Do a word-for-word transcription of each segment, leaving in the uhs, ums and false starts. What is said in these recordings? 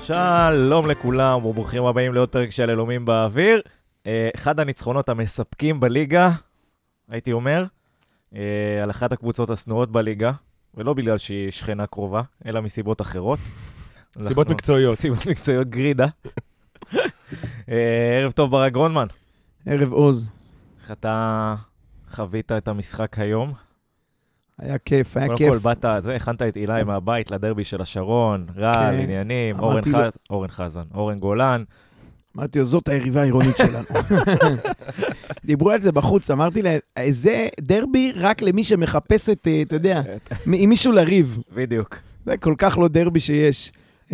שלום לכולם וברוכים הבאים לעוד פרק של אלומים באוויר. אחד הניצחונות המספקים בליגה, הייתי אומר, על אחת הקבוצות הסנועות בליגה, ולא בגלל שהיא שכנה קרובה, אלא מסיבות אחרות. סיבות מקצועיות. סיבות מקצועיות גרידה. ערב טוב ברק גרונמן. ערב עוז. איך אתה חווית את המשחק היום? היה כיף, היה כיף. קודם כל, באת, זה, הכנת את אילי מהבית לדרבי של השרון, רעל, עניינים, אורן חזן, אורן גולן. אמרתי לו, זאת היריבה העירונית שלנו. דיברו על זה בחוץ, אמרתי להם, זה דרבי רק למי שמחפש את, אתה יודע, עם מישהו לריב. בדיוק. זה כל כך לא דרבי שיש.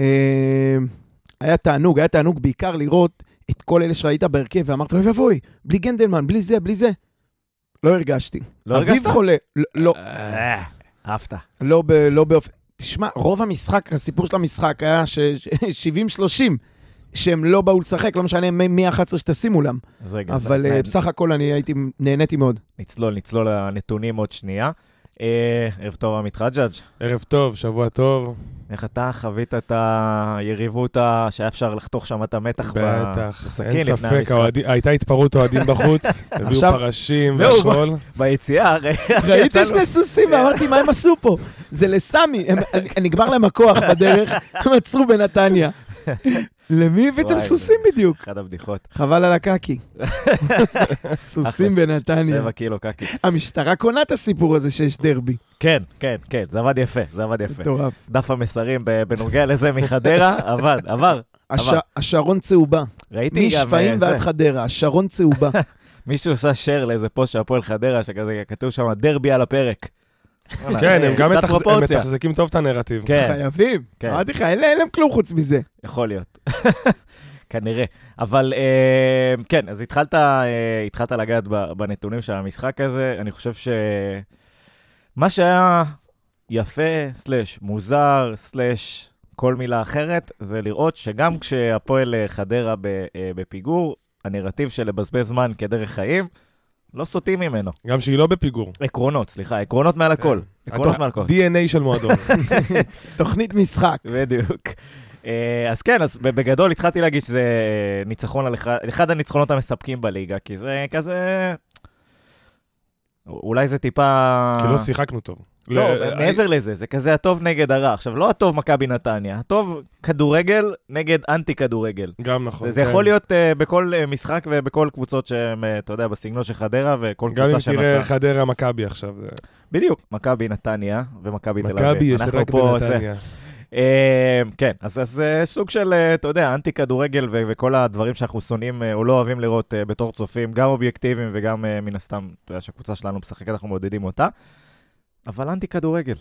היה תענוג, היה תענוג בעיקר לראות את כל אלה שראית בהרכב, ואמרתי, אוי ובוי, בלי גנדלמן, בלי זה, בלי זה. לא הרגשתי. לא הרגשת? אביב חולה. לא. אהבת. לא באופן. תשמע, רוב המשחק, הסיפור של המשחק היה שבעים שלושים, שהם לא באו לשחק, לא משנה מי אחת עשרה שתשימו להם. אבל בסך הכל אני הייתי, נהניתי מאוד. נצלול, נצלול לנתונים עוד שנייה. ערב טוב, עמית חג'אג'. ערב טוב, שבוע טוב. איך אתה חווית את היריבות שהיה אפשר לחתוך שם את המתח בסכין לפני המשחק? אין ספק, הייתה התפרעות אוהדים בחוץ, הביאו פרשים והכל. ביציאה, ראיתי שני סוסים ואמרתי, מה הם עשו פה? זה לסמי, נגמר להם הכוח בדרך, הם עצרו בנתניה. למי הבאתם סוסים בדיוק? אחד הבדיחות. חבל על הקקי. סוסים בנתניה. שבע קילו קקי. המשטרה קונה את הסיפור הזה שיש דרבי. כן, כן, כן, זה עבד יפה, זה עבד יפה. מטורף. דף המסרים בנוגע לזה מחדרה, עבד, עבר. השרון צהובה. ראיתי גם... משפעים ועד חדרה, השרון צהובה. מישהו עושה שר לאיזה פוסט שהפועל חדרה, שכזה כתוב שם דרבי על הפרק. כן, הם גם מתחזקים טוב את הנרטיב. חייבים. אמרתי לך, אין להם כלום חוץ מזה. יכול להיות. כנראה. אבל כן, אז התחלת לגעת בנתונים של המשחק הזה. אני חושב שמה שהיה יפה, סלש מוזר, סלש כל מילה אחרת, זה לראות שגם כשהפועל חדרה בפיגור, הנרטיב של לבזבז זמן כדרך חיים, לא סוטים ממנו. גם שהיא לא בפיגור. עקרונות, סליחה, עקרונות מעל הכל. עקרונות מעל הכל. די אן איי של מועדון. תוכנית משחק. בדיוק. אז כן, אז בגדול התחלתי להגיד שזה ניצחון על אחד הניצחונות המספקים בליגה, כי זה כזה... אולי זה טיפה... כי לא שיחקנו טוב. לא, מעבר לזה, זה כזה הטוב נגד הרע. עכשיו, לא הטוב מכבי נתניה, הטוב כדורגל נגד אנטי כדורגל. גם נכון. זה יכול להיות בכל משחק ובכל קבוצות שהם, אתה יודע, בסגנון של חדרה וכל קבוצה שנסה. גם אם תראה חדרה מכבי עכשיו. בדיוק, מכבי נתניה ומכבי תל אביב. מכבי יש רק בנתניה. כן, אז זה סוג של, אתה יודע, אנטי כדורגל וכל הדברים שאנחנו שונאים או לא אוהבים לראות בתור צופים, גם אובייקטיביים וגם מן הסתם, אתה יודע, שהקבוצה שלנו משחקת, אנחנו מעודדים אותה. אבל אנטי כדורגל.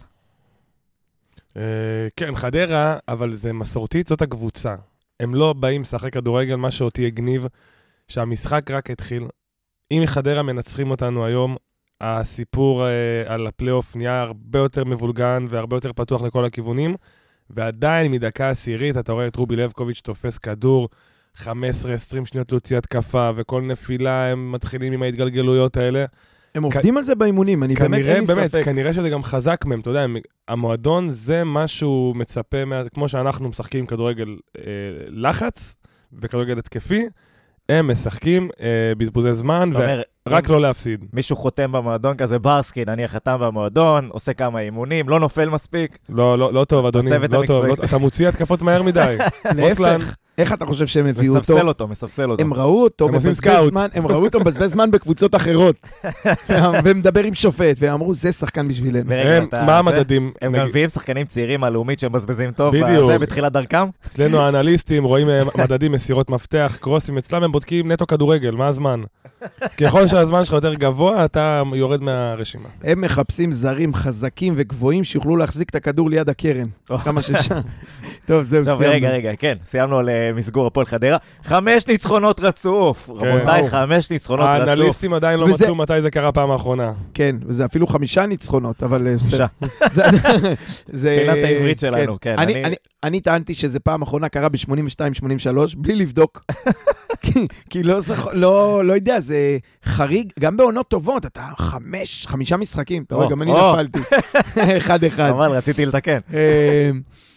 כן, חדרה, אבל זה מסורתית, זאת הקבוצה. הם לא באים לשחק כדורגל, מה שאותי הגניב, שהמשחק רק התחיל. אם חדרה מנצחים אותנו היום, הסיפור על הפלייאוף נהיה הרבה יותר מבולגן והרבה יותר פתוח לכל הכיוונים, ועדיין מדקה עשירית, אתה רואה את רובי לבקוביץ' תופס כדור, חמש עשרה עשרים שניות להוציא התקפה, וכל נפילה הם מתחילים עם ההתגלגלויות האלה. הם עובדים על זה באימונים, אני באמת אין לי ספק. כנראה שזה גם חזק מהם, אתה יודע, המועדון זה משהו מצפה, כמו שאנחנו משחקים כדורגל לחץ וכדורגל התקפי, הם משחקים בזבוזי זמן ורק לא להפסיד. מישהו חותם במועדון כזה, ברסקי, נניח חתם במועדון, עושה כמה אימונים, לא נופל מספיק. לא, לא טוב, אדוני, לא טוב. אתה מוציא התקפות מהר מדי. להפך. איך אתה חושב שהם הביאו אותו? מספסל אותו, מספסל אותו. הם ראו אותו, הם ראו אותו מבזבז זמן בקבוצות אחרות. ומדבר עם שופט, והם אמרו, זה שחקן בשבילנו. מה המדדים? הם גם מביאים שחקנים צעירים מהלאומית שהם מבזבזים טוב, זה בתחילת דרכם. אצלנו האנליסטים רואים מדדים, מסירות מפתח, קרוסים, אצלם הם בודקים נטו כדורגל, מה הזמן? ככל שהזמן שלך יותר גבוה, אתה יורד מהרשימה. הם מחפשים זרים חזקים וגבוהים שיוכלו להחזיק את הכדור ליד הקרן. כמה שאפשר. טוב, זהו, סיימנו. רגע, רגע, כן, סיימנו על מסגור הפועל חדרה. חמש ניצחונות רצוף. רבותיי, חמש ניצחונות רצוף. האנליסטים עדיין לא מצאו מתי זה קרה פעם האחרונה. כן, וזה אפילו חמישה ניצחונות, אבל... חמישה. פינת העברית שלנו, כן. אני טענתי שזה פעם האחרונה קרה ב-שמונים ושתיים שמונים ושלוש, בלי לבדוק. כי לא יודע, זה חריג, גם בעונות טובות, אתה חמש, חמישה משחקים, אתה רואה, גם אני נפלתי. אחד אחד. אבל רציתי לתקן.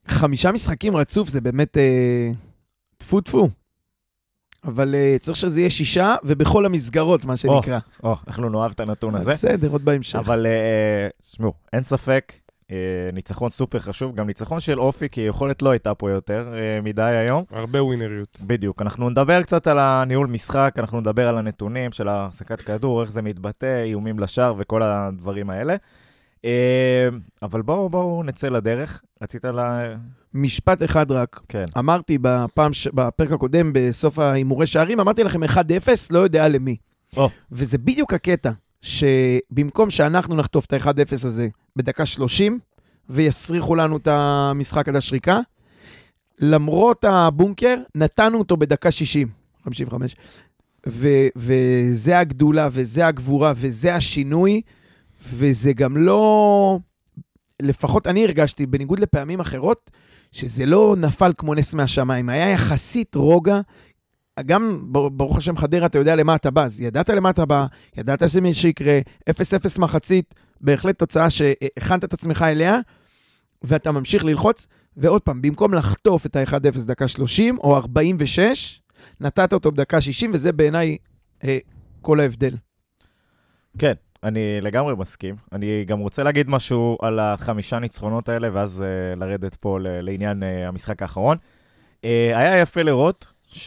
חמישה משחקים רצוף זה באמת טפו טפו. אבל צריך שזה יהיה שישה, ובכל המסגרות, מה שנקרא. או, איך לא נאהב את הנתון הזה. בסדר, עוד בהמשך. אבל, שמעו, אין ספק, ניצחון סופר חשוב, גם ניצחון של אופי, כי יכולת לא הייתה פה יותר מדי היום. הרבה ווינריות. בדיוק, אנחנו נדבר קצת על הניהול משחק, אנחנו נדבר על הנתונים של העסקת כדור, איך זה מתבטא, איומים לשער וכל הדברים האלה. אבל בואו, בואו נצא לדרך. רצית לה... משפט אחד רק. כן. אמרתי בפעם, בפרק הקודם, בסוף האימורי שערים, אמרתי לכם אחד אפס, לא יודע למי. או. וזה בדיוק הקטע, שבמקום שאנחנו נחטוף את ה-אחד אפס הזה בדקה שלושים, ויסריחו לנו את המשחק עד השריקה, למרות הבונקר, נתנו אותו בדקה שישים, חמישים וחמש. ו- וזה הגדולה, וזה הגבורה, וזה השינוי, וזה גם לא, לפחות אני הרגשתי, בניגוד לפעמים אחרות, שזה לא נפל כמו נס מהשמיים, היה יחסית רוגע, גם ברוך השם חדרה, אתה יודע למה אתה בא, אז ידעת למה אתה בא, ידעת שמי שיקרה, אפס אפס מחצית, בהחלט תוצאה שהכנת את עצמך אליה, ואתה ממשיך ללחוץ, ועוד פעם, במקום לחטוף את ה-אחד אפס דקה שלושים, או ארבעים ושש, נתת אותו בדקה שישים, וזה בעיניי אה, כל ההבדל. כן. אני לגמרי מסכים. אני גם רוצה להגיד משהו על החמישה ניצחונות האלה, ואז uh, לרדת פה ל- לעניין uh, המשחק האחרון. Uh, היה יפה לראות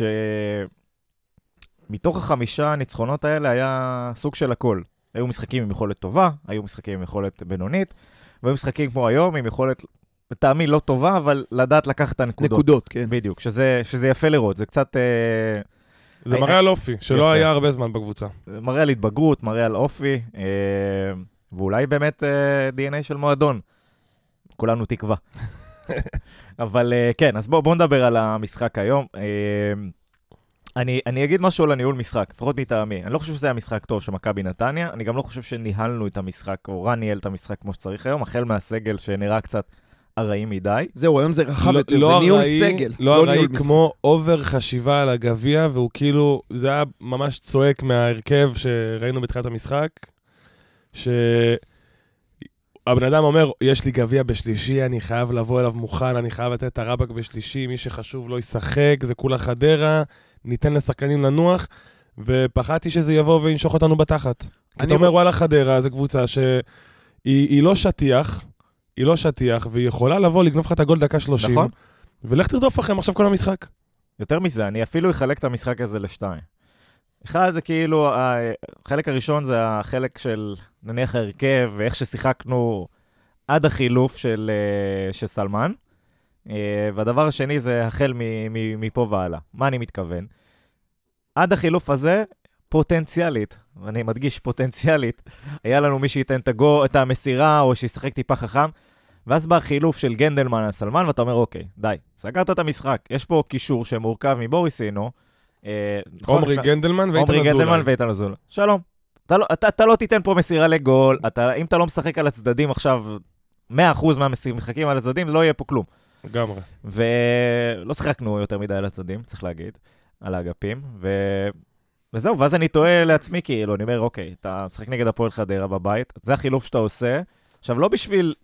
שמתוך החמישה ניצחונות האלה היה סוג של הכל. היו משחקים עם יכולת טובה, היו משחקים עם יכולת בינונית, והיו משחקים כמו היום עם יכולת, בטעמי לא טובה, אבל לדעת לקחת את הנקודות. נקודות, כן. בדיוק, שזה, שזה יפה לראות. זה קצת... Uh, זה מראה על אופי, שלא היה הרבה זמן בקבוצה. מראה על התבגרות, מראה על אופי, ואולי באמת די אן איי של מועדון. כולנו תקווה. אבל כן, אז בואו נדבר על המשחק היום. אני, אני אגיד משהו על הניהול משחק, לפחות מטעמי. אני לא חושב שזה היה משחק טוב של מכבי נתניה, אני גם לא חושב שניהלנו את המשחק, או רן ניהל את המשחק כמו שצריך היום, החל מהסגל שנראה קצת הרעים מדי. זהו, היום זה רחב, לא, זה לא ניהול הראי, סגל. לא לא הראי ניהול כמו אובר חשיבה על הגביע, והוא כאילו, זה היה ממש צועק מההרכב שראינו בתחילת המשחק, שהבן אדם אומר, יש לי גביע בשלישי, אני חייב לבוא אליו מוכן, אני חייב לתת את הרבק בשלישי, מי שחשוב לא ישחק, זה כולה חדרה, ניתן לשחקנים לנוח, ופחדתי שזה יבוא וינשוך אותנו בתחת. כי אתה אומר, וואלה חדרה, זו קבוצה שהיא לא שטיח, היא לא שטיח, והיא יכולה לבוא לגנוב לך את הגול דקה שלושים, נכון. ולך תרדוף לכם עכשיו כל המשחק. יותר מזה, אני אפילו אחלק את המשחק הזה לשתיים. אחד זה כאילו, החלק הראשון זה החלק של נניח הרכב, ואיך ששיחקנו עד החילוף של, של סלמן, והדבר השני זה החל מפה והלאה. מה אני מתכוון? עד החילוף הזה, פוטנציאלית, אני מדגיש פוטנציאלית, היה לנו מי שייתן את, הגו, את המסירה או שישחק טיפה חכם, ואז בא החילוף של גנדלמן על סלמן, ואתה אומר, אוקיי, די, סגרת את המשחק. יש פה קישור שמורכב מבוריסינו. עומרי גנדלמן ואיתן אזולאי. עומרי גנדלמן ואיתן אזולאי. שלום. אתה לא, אתה, אתה לא תיתן פה מסירה לגול, אתה, אם אתה לא משחק על הצדדים עכשיו, מאה אחוז מהמשחקים על הצדדים, לא יהיה פה כלום. לגמרי. ולא שחקנו יותר מדי על הצדדים, צריך להגיד, על האגפים, ו... וזהו, ואז אני טועה לעצמי, כאילו, אני אומר, אוקיי, אתה משחק נגד הפועל חדרה בבית, זה החילוף שאתה עושה, עכשיו, לא בשביל,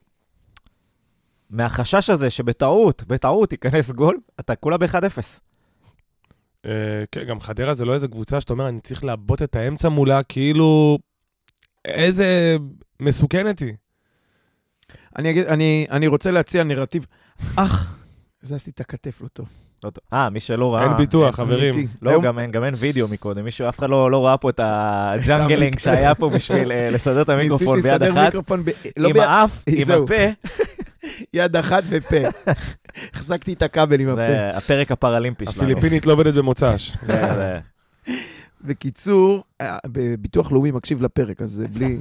מהחשש הזה שבטעות, בטעות ייכנס גול, אתה כולה ב-אחד אפס. כן, גם חדרה זה לא איזה קבוצה שאתה אומר, אני צריך לאבות את האמצע מולה, כאילו, איזה מסוכנת היא. אני אגיד, אני, אני רוצה להציע נרטיב, אך, זזתי את הכתף לא טוב. אה, מי שלא ראה... אין ביטוח, חברים. לא, גם אין, גם אין וידאו מקודם. מישהו, אף אחד לא ראה פה את הג'אנגלינג שהיה פה בשביל לסדר את המיקרופון ביד אחת. עם האף, עם הפה. יד אחת ופה. החזקתי את הכבל עם הפה. זה הפרק הפרלימפי שלנו. הפיליפינית לא עובדת במוצ"ש. בקיצור, בביטוח לאומי מקשיב לפרק, אז בלי...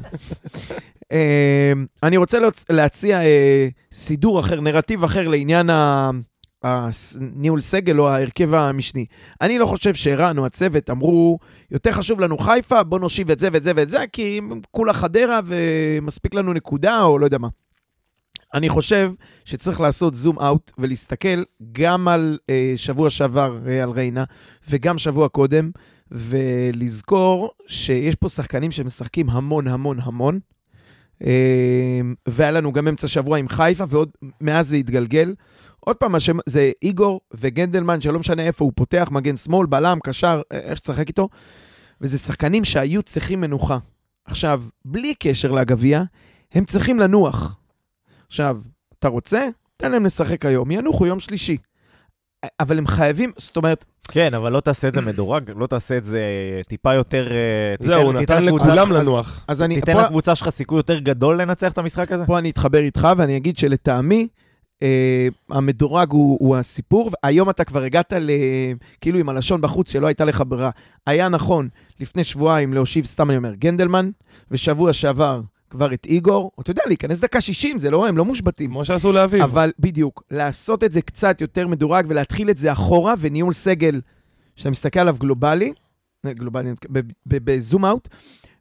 אני רוצה להציע סידור אחר, נרטיב אחר לעניין ה... הניהול סגל או ההרכב המשני. אני לא חושב שהרענו, הצוות אמרו, יותר חשוב לנו חיפה, בוא נושיב את זה ואת זה ואת זה, כי כולה חדרה ומספיק לנו נקודה או לא יודע מה. אני חושב שצריך לעשות זום אאוט ולהסתכל גם על אה, שבוע שעבר אה, על ריינה וגם שבוע קודם, ולזכור שיש פה שחקנים שמשחקים המון המון המון, אה, והיה לנו גם אמצע שבוע עם חיפה ועוד מאז זה התגלגל. עוד פעם, השם, זה איגור וגנדלמן, שלא משנה איפה הוא פותח, מגן שמאל, בלם, קשר, איך שצחק איתו, וזה שחקנים שהיו צריכים מנוחה. עכשיו, בלי קשר לגביע, הם צריכים לנוח. עכשיו, אתה רוצה? תן להם לשחק היום, ינוחו יום שלישי. אבל הם חייבים, זאת אומרת... כן, אבל לא תעשה את זה מדורג, לא תעשה את זה טיפה יותר... זהו, נתן לכולם לנוח. תיתן לקבוצה שלך סיכוי יותר גדול לנצח את המשחק הזה? פה אני אתחבר איתך, ואני אגיד שלטעמי, המדורג הוא הסיפור, והיום אתה כבר הגעת כאילו עם הלשון בחוץ שלא הייתה לך ברירה. היה נכון לפני שבועיים להושיב, סתם אני אומר, גנדלמן, ושבוע שעבר כבר את איגור, אתה יודע, להיכנס דקה שישים, זה לא, הם לא מושבטים. כמו שעשו לאביב. אבל בדיוק, לעשות את זה קצת יותר מדורג, ולהתחיל את זה אחורה, וניהול סגל, שאתה מסתכל עליו גלובלי, גלובלי, בזום אאוט,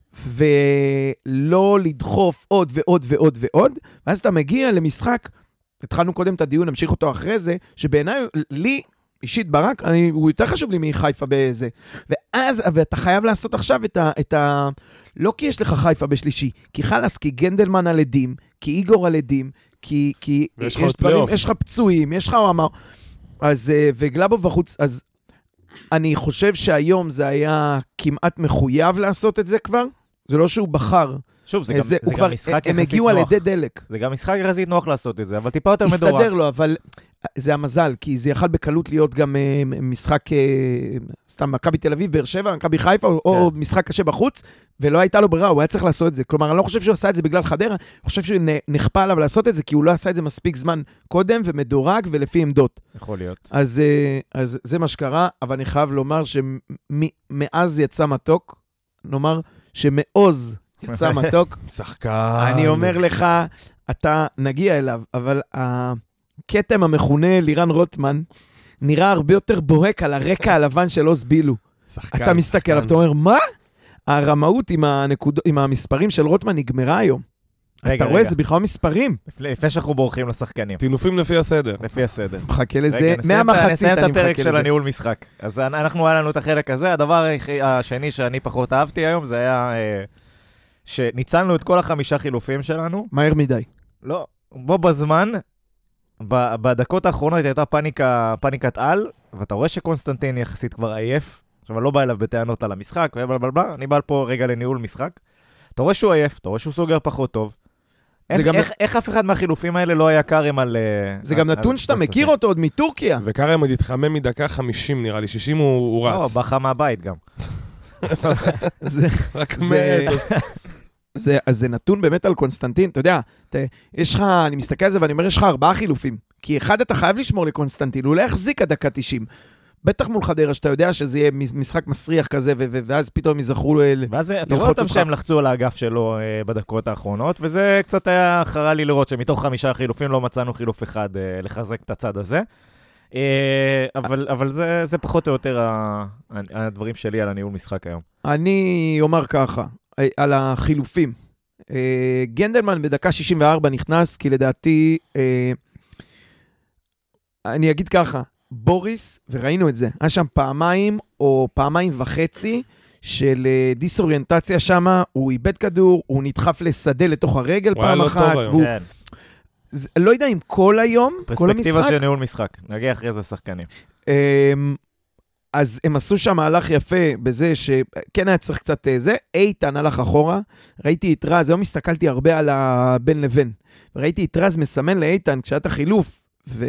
ולא לדחוף עוד ועוד ועוד ועוד, ואז אתה מגיע למשחק, התחלנו קודם את הדיון, נמשיך אותו אחרי זה, שבעיניי, לי, אישית ברק, אני, הוא יותר חשוב לי מחיפה בזה. ואז, ואתה חייב לעשות עכשיו את ה... את ה לא כי יש לך חיפה בשלישי, כי חלס, כי גנדלמן על עדים, כי איגור על עדים, כי, כי יש, יש דברים, יש לך פצועים, יש לך אמר, אז, וגלאבוב בחוץ, אז אני חושב שהיום זה היה כמעט מחויב לעשות את זה כבר, זה לא שהוא בחר. שוב, זה, זה, גם, זה כבר, גם משחק יחסית נוח. הם הגיעו על ידי דלק. זה גם משחק יחסית נוח לעשות את זה, אבל טיפה יותר מדורג. הסתדר לו, אבל זה המזל, כי זה יכל בקלות להיות גם uh, משחק, uh, סתם מכבי תל אביב, באר שבע, מכבי חיפה, או, או משחק קשה בחוץ, ולא הייתה לו ברירה, הוא היה צריך לעשות את זה. כלומר, אני לא חושב שהוא עשה את זה בגלל חדרה, אני חושב שהוא נכפה עליו לעשות את זה, כי הוא לא עשה את זה מספיק זמן קודם, ומדורג ולפי עמדות. יכול להיות. אז, uh, אז זה מה שקרה, אבל אני חייב לומר שמאז יצא מתוק, נאמר שמעוז יצא מתוק. שחקן. אני אומר לך, אתה נגיע אליו, אבל הכתם המכונה לירן רוטמן, נראה הרבה יותר בוהק על הרקע הלבן של עוז בילו. שחקן. אתה מסתכל עליו, אתה אומר, מה? הרמאות עם, הנקוד... עם המספרים של רוטמן נגמרה היום. רגע, אתה רואה, רגע. זה בכלל מספרים. לפני שאנחנו בורחים לשחקנים. תינופים לפי הסדר. לפי הסדר. מחכה לזה, מהמחצית אני מחכה לזה. נסיים את הפרק של הניהול משחק. אז אנחנו, היה לנו את החלק הזה. הדבר השני שאני פחות אהבתי היום, זה היה שניצלנו את כל החמישה חילופים שלנו. מהר מדי. לא, בו בזמן, בדקות האחרונות הייתה פאניקה, פאניקת על, ואתה רואה שקונסטנטין יחסית כבר עייף, עכשיו אני לא בא אליו בטענות על המשחק, ובלבלבל, אני בא פה רגע לניהול משחק. אתה רואה שהוא עייף, אתה רואה שהוא סוגר פחות טוב. איך, גם... איך, איך אף אחד מהחילופים האלה לא היה קרם על... זה על, גם נתון על שאתה מכיר אותו עוד מטורקיה. וקרם עוד התחמם מדקה חמישים נראה לי, שישים הוא, הוא רץ. לא, בחה מהבית גם. זה... רק מאת. זה, אז זה נתון באמת על קונסטנטין, אתה יודע, אתה, יש לך, אני מסתכל על זה ואני אומר, יש לך ארבעה חילופים, כי אחד אתה חייב לשמור לקונסטנטין, הוא לא יחזיק עד דקה תשעים, בטח מול חדרה, שאתה יודע שזה יהיה משחק מסריח כזה, ו- ו- ואז פתאום יזכרו ל... ואז אתה רואה אותם שהם לחצו על האגף שלו אה, בדקות האחרונות, וזה קצת היה חרה לי לראות שמתוך חמישה חילופים לא מצאנו חילוף אחד אה, לחזק את הצד הזה, אה, אבל, אבל זה, זה פחות או יותר ה- הדברים שלי על הניהול משחק היום. אני אומר ככה, על החילופים. גנדלמן בדקה שישים וארבע נכנס, כי לדעתי, אני אגיד ככה, בוריס, וראינו את זה, היה שם פעמיים או פעמיים וחצי של דיסאוריינטציה שם, הוא איבד כדור, הוא נדחף לשדה לתוך הרגל פעם אחת, והוא... לא יודע אם כל היום, כל המשחק... פרספקטיבה של ניהול משחק, נגיע אחרי זה שחקנים. אז הם עשו שם מהלך יפה בזה שכן היה צריך קצת זה, איתן הלך אחורה, ראיתי את רז, היום הסתכלתי הרבה על הבן לבן, וראיתי את רז מסמן לאיתן כשהיה את החילוף, ו...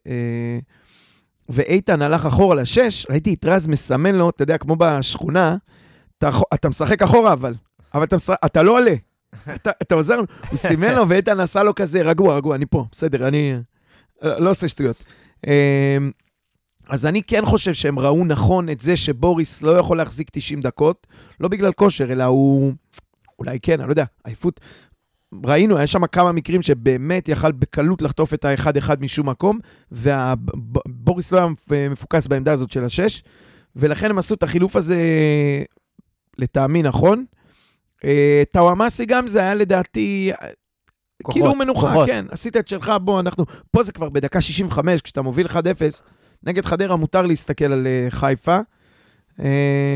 ואיתן הלך אחורה לשש, ראיתי את רז מסמן לו, אתה יודע, כמו בשכונה, אתה, אתה משחק אחורה אבל, אבל אתה, משחק, אתה לא עולה, אתה, אתה עוזר, הוא סימן לו ואיתן עשה לו כזה, רגוע, רגוע, אני פה, בסדר, אני לא עושה שטויות. אז אני כן חושב שהם ראו נכון את זה שבוריס לא יכול להחזיק תשעים דקות, לא בגלל כושר, אלא הוא, אולי כן, אני לא יודע, עייפות. ראינו, היה שם כמה מקרים שבאמת יכל בקלות לחטוף את האחד אחד משום מקום, ובוריס לא היה מפוקס בעמדה הזאת של השש, ולכן הם עשו את החילוף הזה לטעמי נכון. טאוואמאסי גם זה היה לדעתי, כוחות, כאילו מנוחה, כוחות. כן, עשית את שלך, בוא, אנחנו, פה זה כבר בדקה שישים וחמש, כשאתה מוביל אחד אפס, נגד חדרה מותר להסתכל על חיפה.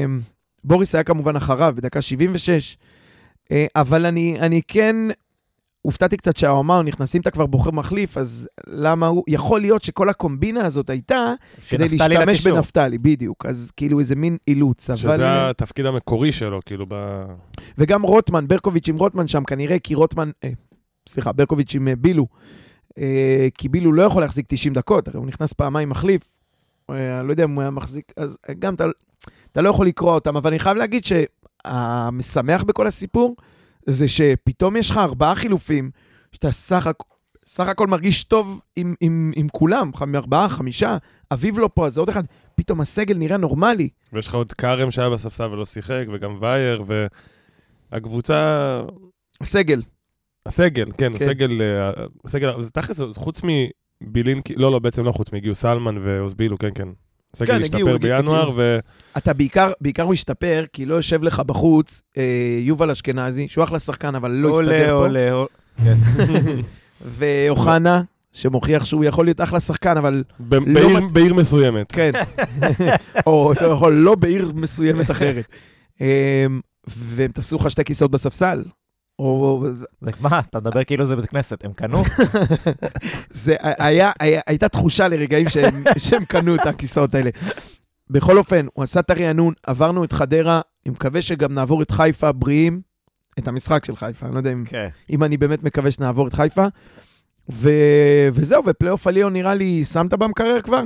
בוריס היה כמובן אחריו, בדקה שבעים ושש. אבל אני, אני כן הופתעתי קצת שהאומה נכנסים, אתה כבר בוחר מחליף, אז למה הוא, יכול להיות שכל הקומבינה הזאת הייתה, כדי להשתמש בנפתלי, בדיוק, אז כאילו איזה מין אילוץ. שזה אבל... התפקיד המקורי שלו, כאילו ב... וגם רוטמן, ברקוביץ' עם רוטמן שם, כנראה, כי רוטמן, אה, סליחה, ברקוביץ' עם בילו, אה, כי בילו לא יכול להחזיק תשעים דקות, הרי הוא נכנס פעמיים מחליף, אה, לא יודע אם הוא היה מחזיק, אז גם אתה, אתה לא יכול לקרוא אותם, אבל אני חייב להגיד שהמשמח בכל הסיפור, זה שפתאום יש לך ארבעה חילופים, שאתה סך, סך הכל מרגיש טוב עם, עם, עם כולם, ארבעה, חמישה, אביב לא פה, אז עוד אחד, פתאום הסגל נראה נורמלי. ויש לך עוד קרם שהיה בספסל ולא שיחק, וגם וייר, והקבוצה... הסגל. הסגל, כן, כן. הסגל, הסגל, זה תכלס, חוץ מבילינקי, לא, לא, בעצם לא חוץ, הגיעו סלמן ואוסבילו, כן, כן. הסגל כן, השתפר בינואר, ו... אתה בעיקר, בעיקר הוא השתפר, כי לא יושב לך בחוץ, אה, יובל אשכנזי, שהוא אחלה שחקן, אבל לא הסתדר פה. עולה, עולה, כן. ואוחנה, שמוכיח שהוא יכול להיות אחלה שחקן, אבל... ב- לא בעיר, מת... בעיר מסוימת. כן. או אתה יכול לא בעיר מסוימת אחרת. והם תפסו לך שתי כיסאות בספסל. או... מה? אתה מדבר כאילו זה בית כנסת, הם קנו? זה היה, היה, הייתה תחושה לרגעים שהם, שהם קנו את הכיסאות האלה. בכל אופן, הוא עשה את הרענון, עברנו את חדרה, אני מקווה שגם נעבור את חיפה בריאים, את המשחק של חיפה, אני לא יודע אם, okay. אם אני באמת מקווה שנעבור את חיפה, ו... וזהו, ופלייאוף עליון נראה לי, שמת במקרר כבר?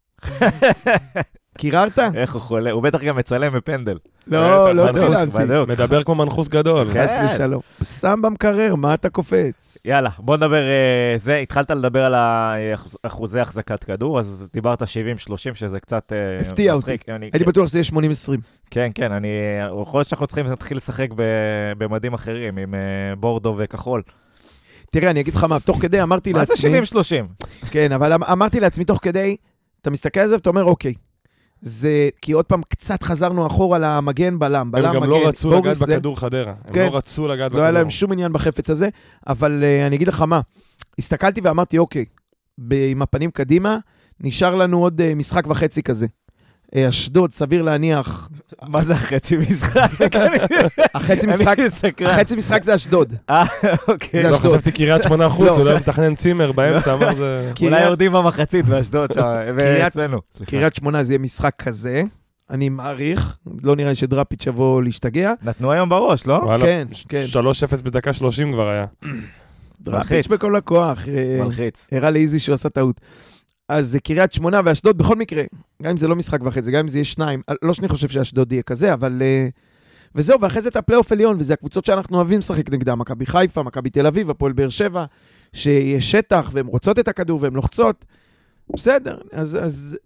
קיררת? איך הוא חולה, הוא בטח גם מצלם בפנדל. לא, לא צילמתי. מדבר כמו מנחוס גדול. חס ושלום. שם במקרר, מה אתה קופץ? יאללה, בוא נדבר, זה, התחלת לדבר על אחוזי החזקת כדור, אז דיברת שבעים שלושים, שזה קצת מצחיק. הפתיע אותי, הייתי בטוח שזה יהיה שמונים עשרים. כן, כן, אני, יכול להיות שאנחנו צריכים להתחיל לשחק במדים אחרים, עם בורדו וכחול. תראה, אני אגיד לך מה, תוך כדי אמרתי לעצמי... מה זה שבעים שלושים? כן, אבל אמרתי לעצמי תוך כדי, אתה מסתכל על זה ואתה אומר, אוקיי, זה, כי עוד פעם קצת חזרנו אחורה למגן בלם, בלם, הם גם מגן, לא רצו לגעת בכדור חדרה, הם כן, לא רצו לגעת בכדור. לא היה להם שום עניין בחפץ הזה, אבל uh, אני אגיד לך מה, הסתכלתי ואמרתי, אוקיי, עם הפנים קדימה, נשאר לנו עוד uh, משחק וחצי כזה. אשדוד, סביר להניח... מה זה החצי משחק? החצי משחק, החצי משחק זה אשדוד. אה, אוקיי. לא חשבתי קריית שמונה חוץ, אולי מתכנן צימר באמצע, אמר זה... אולי יורדים במחצית באשדוד, ואצלנו. קריית שמונה זה יהיה משחק כזה, אני מעריך, לא נראה לי שדראפיץ' יבוא להשתגע. נתנו היום בראש, לא? כן, כן. שלוש אפס בדקה שלושים כבר היה. דראפיץ' בכל הכוח. מלחיץ. הראה לאיזי שהוא עשה טעות. אז זה קריית שמונה ואשדוד בכל מקרה, גם אם זה לא משחק וחצי, גם אם זה יהיה שניים, לא שאני חושב שאשדוד יהיה כזה, אבל... וזהו, ואחרי זה את הפלייאוף עליון, וזה הקבוצות שאנחנו אוהבים לשחק נגדם, מכבי חיפה, מכבי תל אביב, הפועל באר שבע, שיש שטח, והן רוצות את הכדור, והן לוחצות. בסדר, אז, אז...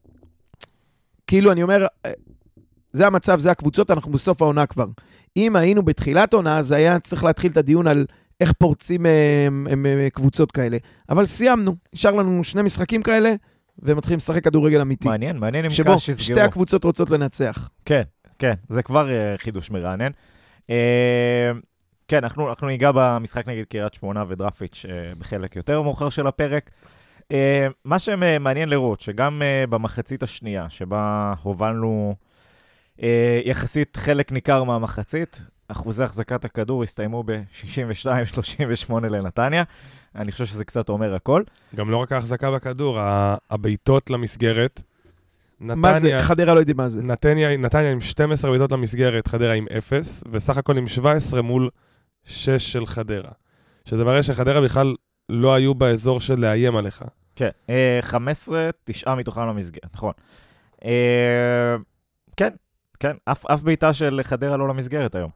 כאילו, אני אומר, זה המצב, זה הקבוצות, אנחנו בסוף העונה כבר. אם היינו בתחילת עונה, אז היה צריך להתחיל את הדיון על... איך פורצים הם, הם, הם, קבוצות כאלה. אבל סיימנו, נשאר לנו שני משחקים כאלה, ומתחילים לשחק כדורגל אמיתי. מעניין, מעניין אם שבו שתי הקבוצות רוצות לנצח. כן, כן, זה כבר uh, חידוש מרענן. Uh, כן, אנחנו, אנחנו ניגע במשחק נגד קריית שמונה ודראפיץ' uh, בחלק יותר מאוחר של הפרק. Uh, מה שמעניין לראות, שגם uh, במחצית השנייה, שבה הובלנו uh, יחסית חלק ניכר מהמחצית, אחוזי החזקת הכדור הסתיימו ב-שישים ושתיים שלושים ושמונה לנתניה. אני חושב שזה קצת אומר הכל. גם לא רק ההחזקה בכדור, הביתות למסגרת. מה זה? חדרה לא יודעים מה זה. נתניה, נתניה עם שתים עשרה ביתות למסגרת, חדרה עם אפס, וסך הכל עם שבע עשרה מול שש של חדרה. שזה מראה שחדרה בכלל לא היו באזור של לאיים עליך. כן, חמש עשרה, תשע מתוכם למסגרת, נכון. כן, כן, אף, אף ביתה של חדרה לא למסגרת היום.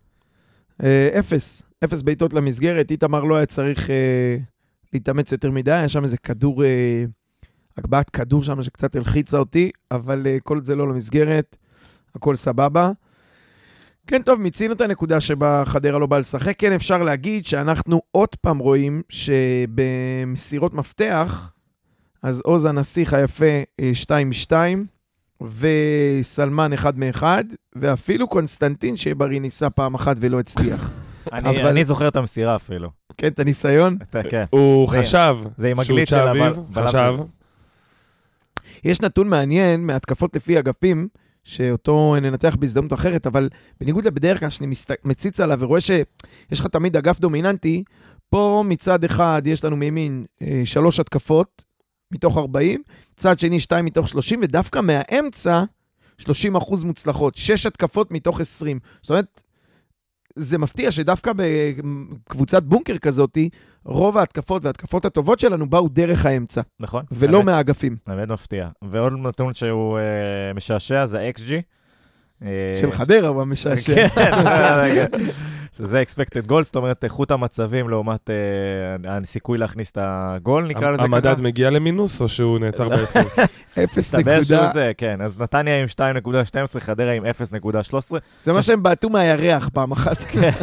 אפס, אפס ביתות למסגרת, איתמר לא היה צריך אה, להתאמץ יותר מדי, היה שם איזה כדור, אה, הגבהת כדור שם שקצת הלחיצה אותי, אבל אה, כל זה לא למסגרת, הכל סבבה. כן, טוב, מיצינו את הנקודה שבה חדרה לא בא לשחק, כן אפשר להגיד שאנחנו עוד פעם רואים שבמסירות מפתח, אז עוז הנסיך היפה אה, שתיים משתיים, וסלמן אחד מאחד, ואפילו קונסטנטין שברי ניסה פעם אחת ולא הצליח. אני זוכר את המסירה אפילו. כן, את הניסיון? כן. הוא חשב זה עם הגליץ' של הבלם. חשב. יש נתון מעניין מהתקפות לפי אגפים, שאותו ננתח בהזדמנות אחרת, אבל בניגוד לבדרך כלל שאני מציץ עליו ורואה שיש לך תמיד אגף דומיננטי, פה מצד אחד יש לנו מימין שלוש התקפות מתוך ארבעים, צד שני שתיים מתוך שלושים, ודווקא מהאמצע שלושים אחוז מוצלחות, שש התקפות מתוך עשרים. זאת אומרת, זה מפתיע שדווקא בקבוצת בונקר כזאת, רוב ההתקפות וההתקפות הטובות שלנו באו דרך האמצע. נכון. ולא באמת, מהאגפים. באמת מפתיע. ועוד נתון שהוא אה, משעשע, זה ה-אקס ג'י. של חדרה הוא המשעשע. כן, שזה expected goal, זאת אומרת, איכות המצבים לעומת הסיכוי להכניס את הגול, נקרא לזה ככה. המדד מגיע למינוס, או שהוא נעצר באפס? אפס נקודה. כן, אז נתניה עם שתיים נקודה שתים עשרה, חדרה עם אפס נקודה שלוש עשרה. זה מה שהם בעטו מהירח פעם אחת.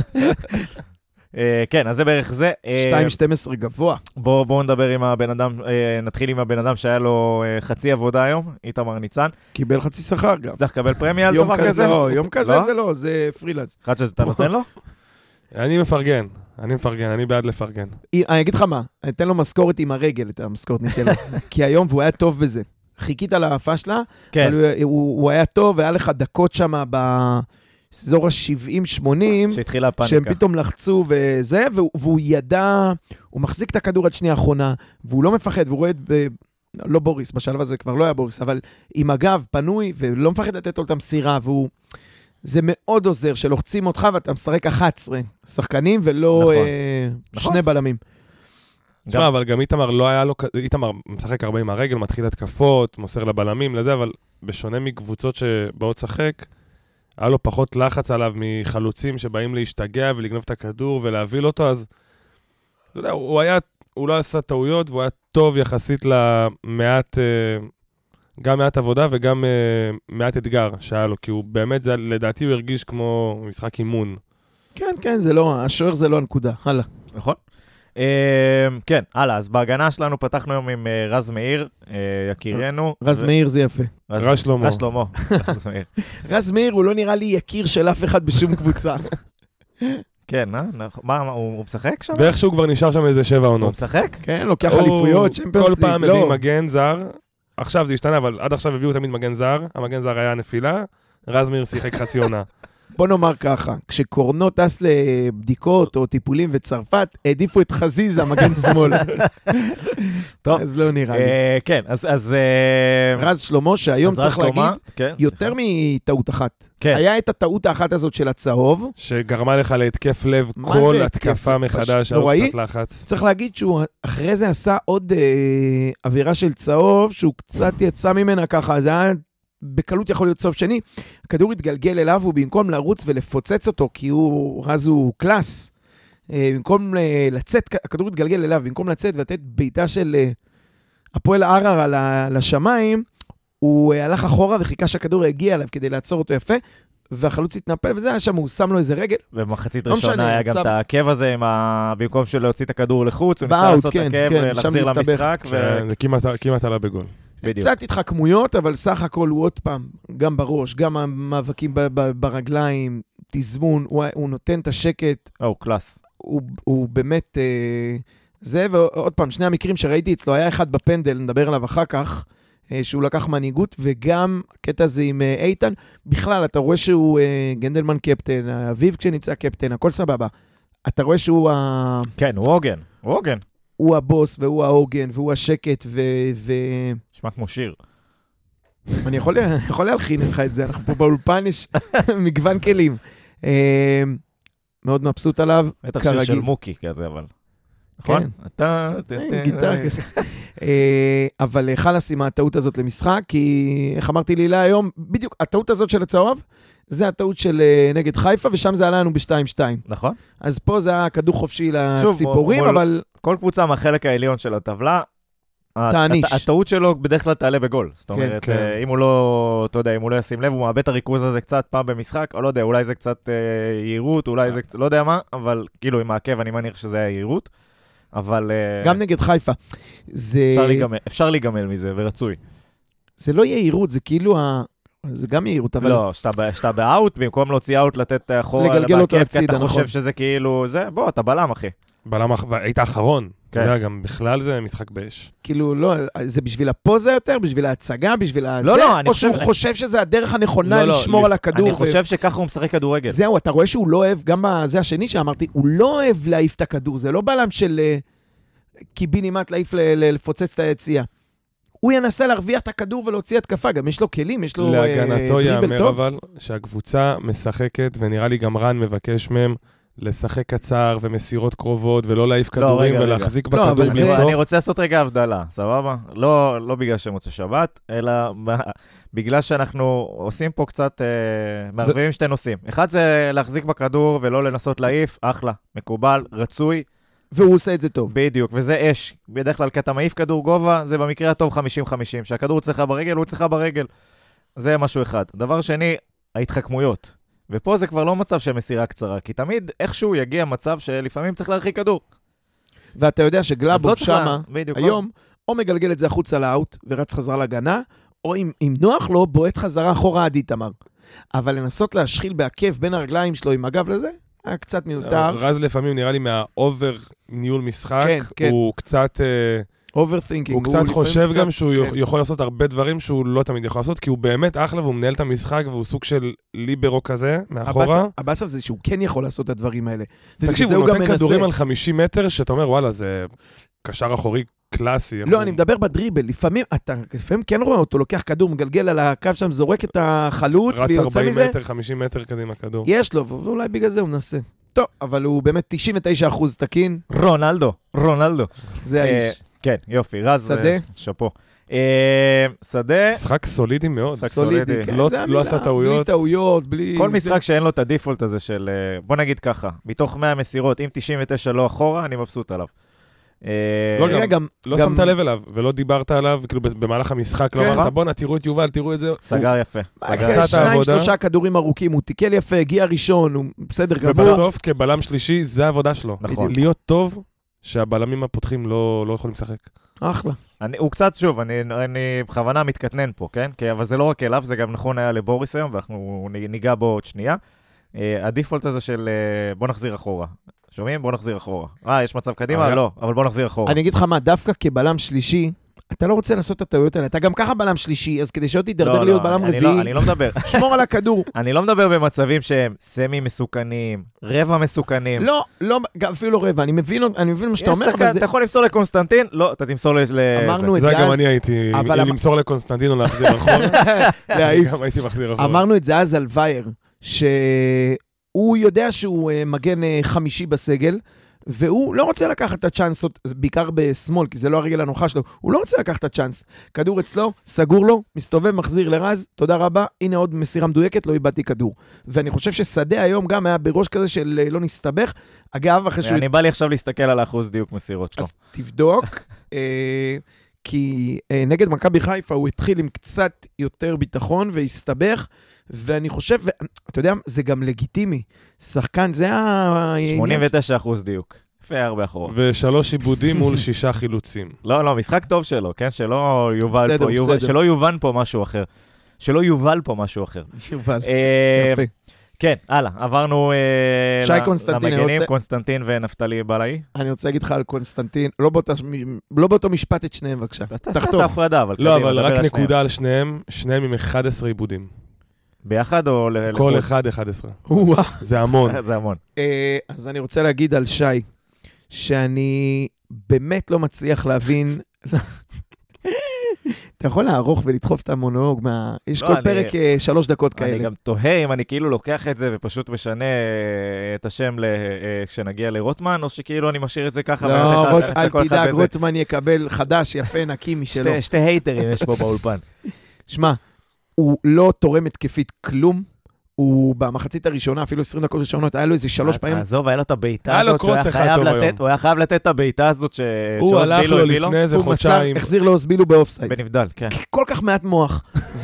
כן, אז זה בערך זה. שתיים שתים עשרה גבוה. בואו נדבר עם הבן אדם, נתחיל עם הבן אדם שהיה לו חצי עבודה היום, איתמר ניצן. קיבל חצי שכר גם. צריך לקבל פרמיה על דבר כזה? יום כזה זה לא, זה פרילנס. אחד שאתה נותן לו? אני מפרגן, אני מפרגן, אני בעד לפרגן. אני אגיד לך מה, אני אתן לו משכורת עם הרגל, את המשכורת ניתן לו. כי היום, והוא היה טוב בזה. חיכית להפשלה, הוא היה טוב, והיה לך דקות שם ב... אזור ה-שבעים שמונים, שהתחילה הפאניקה. שהם פתאום לחצו וזה, והוא, והוא ידע, הוא מחזיק את הכדור עד שנייה האחרונה, והוא לא מפחד, והוא רואה את, ב, לא בוריס, בשלב הזה כבר לא היה בוריס, אבל עם הגב פנוי, ולא מפחד לתת לו את המסירה, והוא, זה מאוד עוזר, שלוחצים אותך, ואתה משחק אחת עשרה שחקנים, ולא נכון. אה, נכון. שני בלמים. תשמע, אבל גם איתמר לא היה לו, איתמר משחק הרבה עם הרגל, מתחיל התקפות, מוסר לבלמים, לזה, אבל בשונה מקבוצות שבאות שחק, היה לו פחות לחץ עליו מחלוצים שבאים להשתגע ולגנוב את הכדור ולהביל אותו, אז אתה יודע, הוא היה, הוא לא עשה טעויות, והוא היה טוב יחסית למעט, גם מעט עבודה וגם מעט אתגר שהיה לו, כי הוא באמת, זה, לדעתי הוא הרגיש כמו משחק אימון. כן, כן, זה לא, השוער זה לא הנקודה, הלאה. נכון. כן, הלאה, אז בהגנה שלנו פתחנו היום עם רז מאיר, יקירנו. רז מאיר זה יפה. רז שלמה. רז שלמה. רז מאיר הוא לא נראה לי יקיר של אף אחד בשום קבוצה. כן, אה? מה, הוא משחק שם? ואיכשהו כבר נשאר שם איזה שבע עונות. הוא משחק? כן, לוקח אליפויות, צ'מפיונס ליג. כל פעם מביא מגן זר, עכשיו זה השתנה, אבל עד עכשיו הביאו תמיד מגן זר, המגן זר היה נפילה, רז מאיר שיחק חצי עונה. בוא נאמר ככה, כשקורנו טס לבדיקות או טיפולים בצרפת, העדיפו את חזיזה, מגן שמאל. טוב. אז לא נראה לי. כן, אז... רז שלמה, שהיום צריך להגיד, יותר מטעות אחת. היה את הטעות האחת הזאת של הצהוב. שגרמה לך להתקף לב כל התקפה מחדש, היה קצת לחץ. צריך להגיד שהוא אחרי זה עשה עוד עבירה של צהוב, שהוא קצת יצא ממנה ככה, זה היה... בקלות יכול להיות סוף שני, הכדור התגלגל אליו, ובמקום לרוץ ולפוצץ אותו, כי הוא, רז הוא קלאס, במקום לצאת, הכדור התגלגל אליו, במקום לצאת ולתת ביתה של הפועל ערער על השמיים, הוא הלך אחורה וחיכה שהכדור יגיע אליו כדי לעצור אותו יפה, והחלוץ התנפל, וזה היה שם, הוא שם לו איזה רגל. ובמחצית ראשונה היה גם את העקב הזה, במקום של להוציא את הכדור לחוץ, הוא ניסה לעשות את העקב, להחזיר למשחק. זה כמעט עלה בגול. קצת התחכמויות, אבל סך הכל הוא עוד פעם, גם בראש, גם המאבקים ברגליים, תזמון, הוא נותן את השקט. הוא קלאס. הוא באמת, זה, ועוד פעם, שני המקרים שראיתי אצלו, היה אחד בפנדל, נדבר עליו אחר כך, שהוא לקח מנהיגות, וגם הקטע הזה עם איתן, בכלל, אתה רואה שהוא גנדלמן קפטן, אביב כשנמצא קפטן, הכל סבבה. אתה רואה שהוא ה... כן, הוא עוגן, הוא עוגן. הוא הבוס, והוא העוגן, והוא השקט, ו... נשמע כמו שיר. אני יכול, יכול להלחין לך את זה, אנחנו פה באולפן, יש מגוון כלים. מאוד מבסוט עליו, בטח שיר של מוקי כזה, אבל... נכון? אתה... גיטר כזה. אבל חלס עם הטעות הזאת למשחק, כי איך אמרתי לי לה היום, בדיוק, הטעות הזאת של הצהוב, זה הטעות של נגד חיפה, ושם זה עלה לנו ב-שתיים שתיים. נכון. אז פה זה היה כדור חופשי לציפורים, אבל... כל קבוצה מהחלק העליון של הטבלה, תעניש. הטעות שלו בדרך כלל תעלה בגול. זאת אומרת, אם הוא לא, אתה יודע, אם הוא לא ישים לב, הוא מאבד את הריכוז הזה קצת פעם במשחק, או לא יודע, אולי זה קצת יעירות, אולי זה, לא יודע מה, אבל כאילו עם העקב אני מניח שזה היה יעירות. אבל... גם נגד חיפה. זה... אפשר להיגמל מזה, ורצוי. זה לא יעירות, זה כאילו ה... זה גם יעירות, אבל... לא, שאתה באוט, במקום להוציא אאוט, לתת אחורה... לגלגל אותו הצידה, נכון. אתה חושב שזה כאילו... זה, בוא, אתה בלם, אחי. בלם, והיית האחרון. אתה יודע, גם בכלל זה משחק באש. כאילו, לא, זה בשביל הפוזה יותר, בשביל ההצגה, בשביל הזה, לא, לא, או שהוא חושב שזה הדרך הנכונה לשמור על הכדור. אני חושב שככה הוא משחק כדורגל. זהו, אתה רואה שהוא לא אוהב, גם בזה השני שאמרתי, הוא לא אוהב להעיף את הכדור, זה לא בלם של קיבינימט להעיף לפוצץ את היציאה. הוא ינסה להרוויח את הכדור ולהוציא התקפה, גם יש לו כלים, יש לו להגנתו יאמר אבל שהקבוצה משחקת, ונראה לי גם רן מבקש מהם, לשחק קצר ומסירות קרובות, ולא להעיף כדורים ולהחזיק בכדור בסוף. אני רוצה לעשות רגע הבדלה, סבבה? לא בגלל שמוצא שבת, אלא בגלל שאנחנו עושים פה קצת, מערבבים שתי נושאים. אחד זה להחזיק בכדור ולא לנסות להעיף, אחלה, מקובל, רצוי. והוא עושה את זה טוב. בדיוק, וזה אש. בדרך כלל כשאתה מעיף כדור גובה, זה במקרה הטוב חמישים חמישים. שהכדור אצלך ברגל, הוא אצלך ברגל. זה משהו אחד. דבר שני, ההתחכמויות. ופה זה כבר לא מצב של מסירה קצרה, כי תמיד איכשהו יגיע מצב שלפעמים צריך להרחיק כדור. ואתה יודע שגלאבוב שמה, היום, או מגלגל את זה החוצה לאוט, ורץ חזרה להגנה, או אם, אם נוח לו, בועט חזרה אחורה עד איתמר. אבל לנסות להשחיל בעקב בין הרגליים שלו עם הגב לזה, היה קצת מיותר. רז לפעמים נראה לי מהאובר ניהול משחק, הוא קצת... overthinking. הוא קצת חושב גם שהוא יכול לעשות הרבה דברים שהוא לא תמיד יכול לעשות, כי הוא באמת אחלה והוא מנהל את המשחק והוא סוג של ליברו כזה, מאחורה. הבאס הזה שהוא כן יכול לעשות את הדברים האלה. תקשיב, הוא נותן כדורים על חמישים מטר, שאתה אומר, וואלה, זה קשר אחורי קלאסי. לא, אני מדבר בדריבל. לפעמים, אתה לפעמים כן רואה אותו, לוקח כדור, מגלגל על הקו שם, זורק את החלוץ, ויוצא מזה. רץ ארבעים מטר, חמישים מטר קדימה כדור. יש לו, ואולי בגלל זה הוא מנסה. טוב, אבל הוא באמת תשעים ותשעה אחוז תקין. רונלדו, רונלדו. זה האיש. כן, יופי, רז, שדה. שפו. שדה. משחק סולידי מאוד. סולידי, כן. לא עשה טעויות. בלי טעויות, בלי... כל משחק שאין לו את הדיפולט הזה של, בוא נגיד ככה, מתוך מאה מסירות, אם תשעים ותשע לא אחורה, אני מבסוט עליו. לא שמת לב אליו, ולא דיברת עליו, כאילו במהלך המשחק, לא אמרת, בוא תראו את יובל, תראו את זה. סגר יפה. שניים, שלושה כדורים ארוכים, הוא תיקל יפה, הגיע ראשון, הוא בסדר גמור. ובסוף, כבלם שלישי, זה העבודה שלו. נכון. להיות טוב, שהבלמים הפותחים לא, לא יכולים לשחק. אחלה. אני, הוא קצת שוב, אני, אני בכוונה מתקטנן פה, כן? כי, אבל זה לא רק אליו, זה גם נכון היה לבוריס היום, ואנחנו ניגע בו עוד שנייה. Uh, הדיפולט הזה של uh, בוא נחזיר אחורה. שומעים? בוא נחזיר אחורה. אה, יש מצב קדימה? לא, אבל בוא נחזיר אחורה. אני אגיד לך מה, דווקא כבלם שלישי, אתה לא רוצה לעשות את הטעויות האלה. אתה גם ככה בלם שלישי, אז כדי שלא תידרדר להיות בלם רביעי, אני לא מדבר. שמור על הכדור. אני לא מדבר במצבים שהם סמי מסוכנים, רבע מסוכנים. לא, לא, אפילו לא רבע. אני מבין מה שאתה אומר. אתה יכול למסור לקונסטנטין? לא, אתה תמסור ל... אמרנו את זה אז. זה גם אני הייתי, אם למסור לקונסטנטין או להחזיר אחורה. גם הייתי מחזיר אחורה. אמרנו את זה אז על וייר, שהוא יודע שהוא מגן חמישי בסגל, והוא לא רוצה לקחת את הצ'אנס, בעיקר בשמאל, כי זה לא הרגל הנוחה שלו, הוא לא רוצה לקחת את הצ'אנס. כדור אצלו, סגור לו, מסתובב, מחזיר לרז, תודה רבה, הנה עוד מסירה מדויקת, לא איבדתי כדור. ואני חושב ששדה היום גם היה בראש כזה של לא נסתבך. אגב, אחרי שהוא... אני בא לי עכשיו להסתכל על האחוז דיוק מסירות שלו. אז תבדוק, כי נגד מכבי חיפה הוא התחיל עם קצת יותר ביטחון והסתבך, ואני חושב, אתה יודע, זה גם לגיטימי. שחקן, זה ה... שמונים ותשעה אחוז דיוק. יפה הרבה אחורה. ושלוש עיבודים מול שישה חילוצים. לא, לא, משחק טוב שלו, כן? שלא יובל פה, יובל, שלא יובן פה משהו אחר. שלא יובל פה משהו אחר. יובל, יפה. כן, הלאה, עברנו שי קונסטנטין, למגנים, קונסטנטין ונפתלי בלעי. אני רוצה להגיד לך על קונסטנטין, לא באותו משפט את שניהם, בבקשה. תעשה את ההפרדה, אבל... לא, אבל רק נקודה על שניהם, שניהם עם אחד עשר עיבודים. ביחד או... כל אחד אחד עשרה. זה המון. זה המון. אז אני רוצה להגיד על שי, שאני באמת לא מצליח להבין... אתה יכול לערוך ולדחוף את המונולוג, יש כל פרק שלוש דקות כאלה. אני גם תוהה אם אני כאילו לוקח את זה ופשוט משנה את השם כשנגיע לרוטמן, או שכאילו אני משאיר את זה ככה. לא, אל תדאג, רוטמן יקבל חדש, יפה, נקי משלו. שתי הייטרים יש פה באולפן. שמע, הוא לא תורם התקפית כלום, הוא במחצית הראשונה, אפילו עשרים דקות ראשונות, היה לו איזה שלוש פעמים. עזוב, היה לו את הביתה הזאת, שהוא היה חייב לתת את הביתה הזאת, שהוא הלך לו לפני איזה חודשיים. הוא החזיר לו אוסבילו באופסייד. בנבדל, כן. כל כך מעט מוח.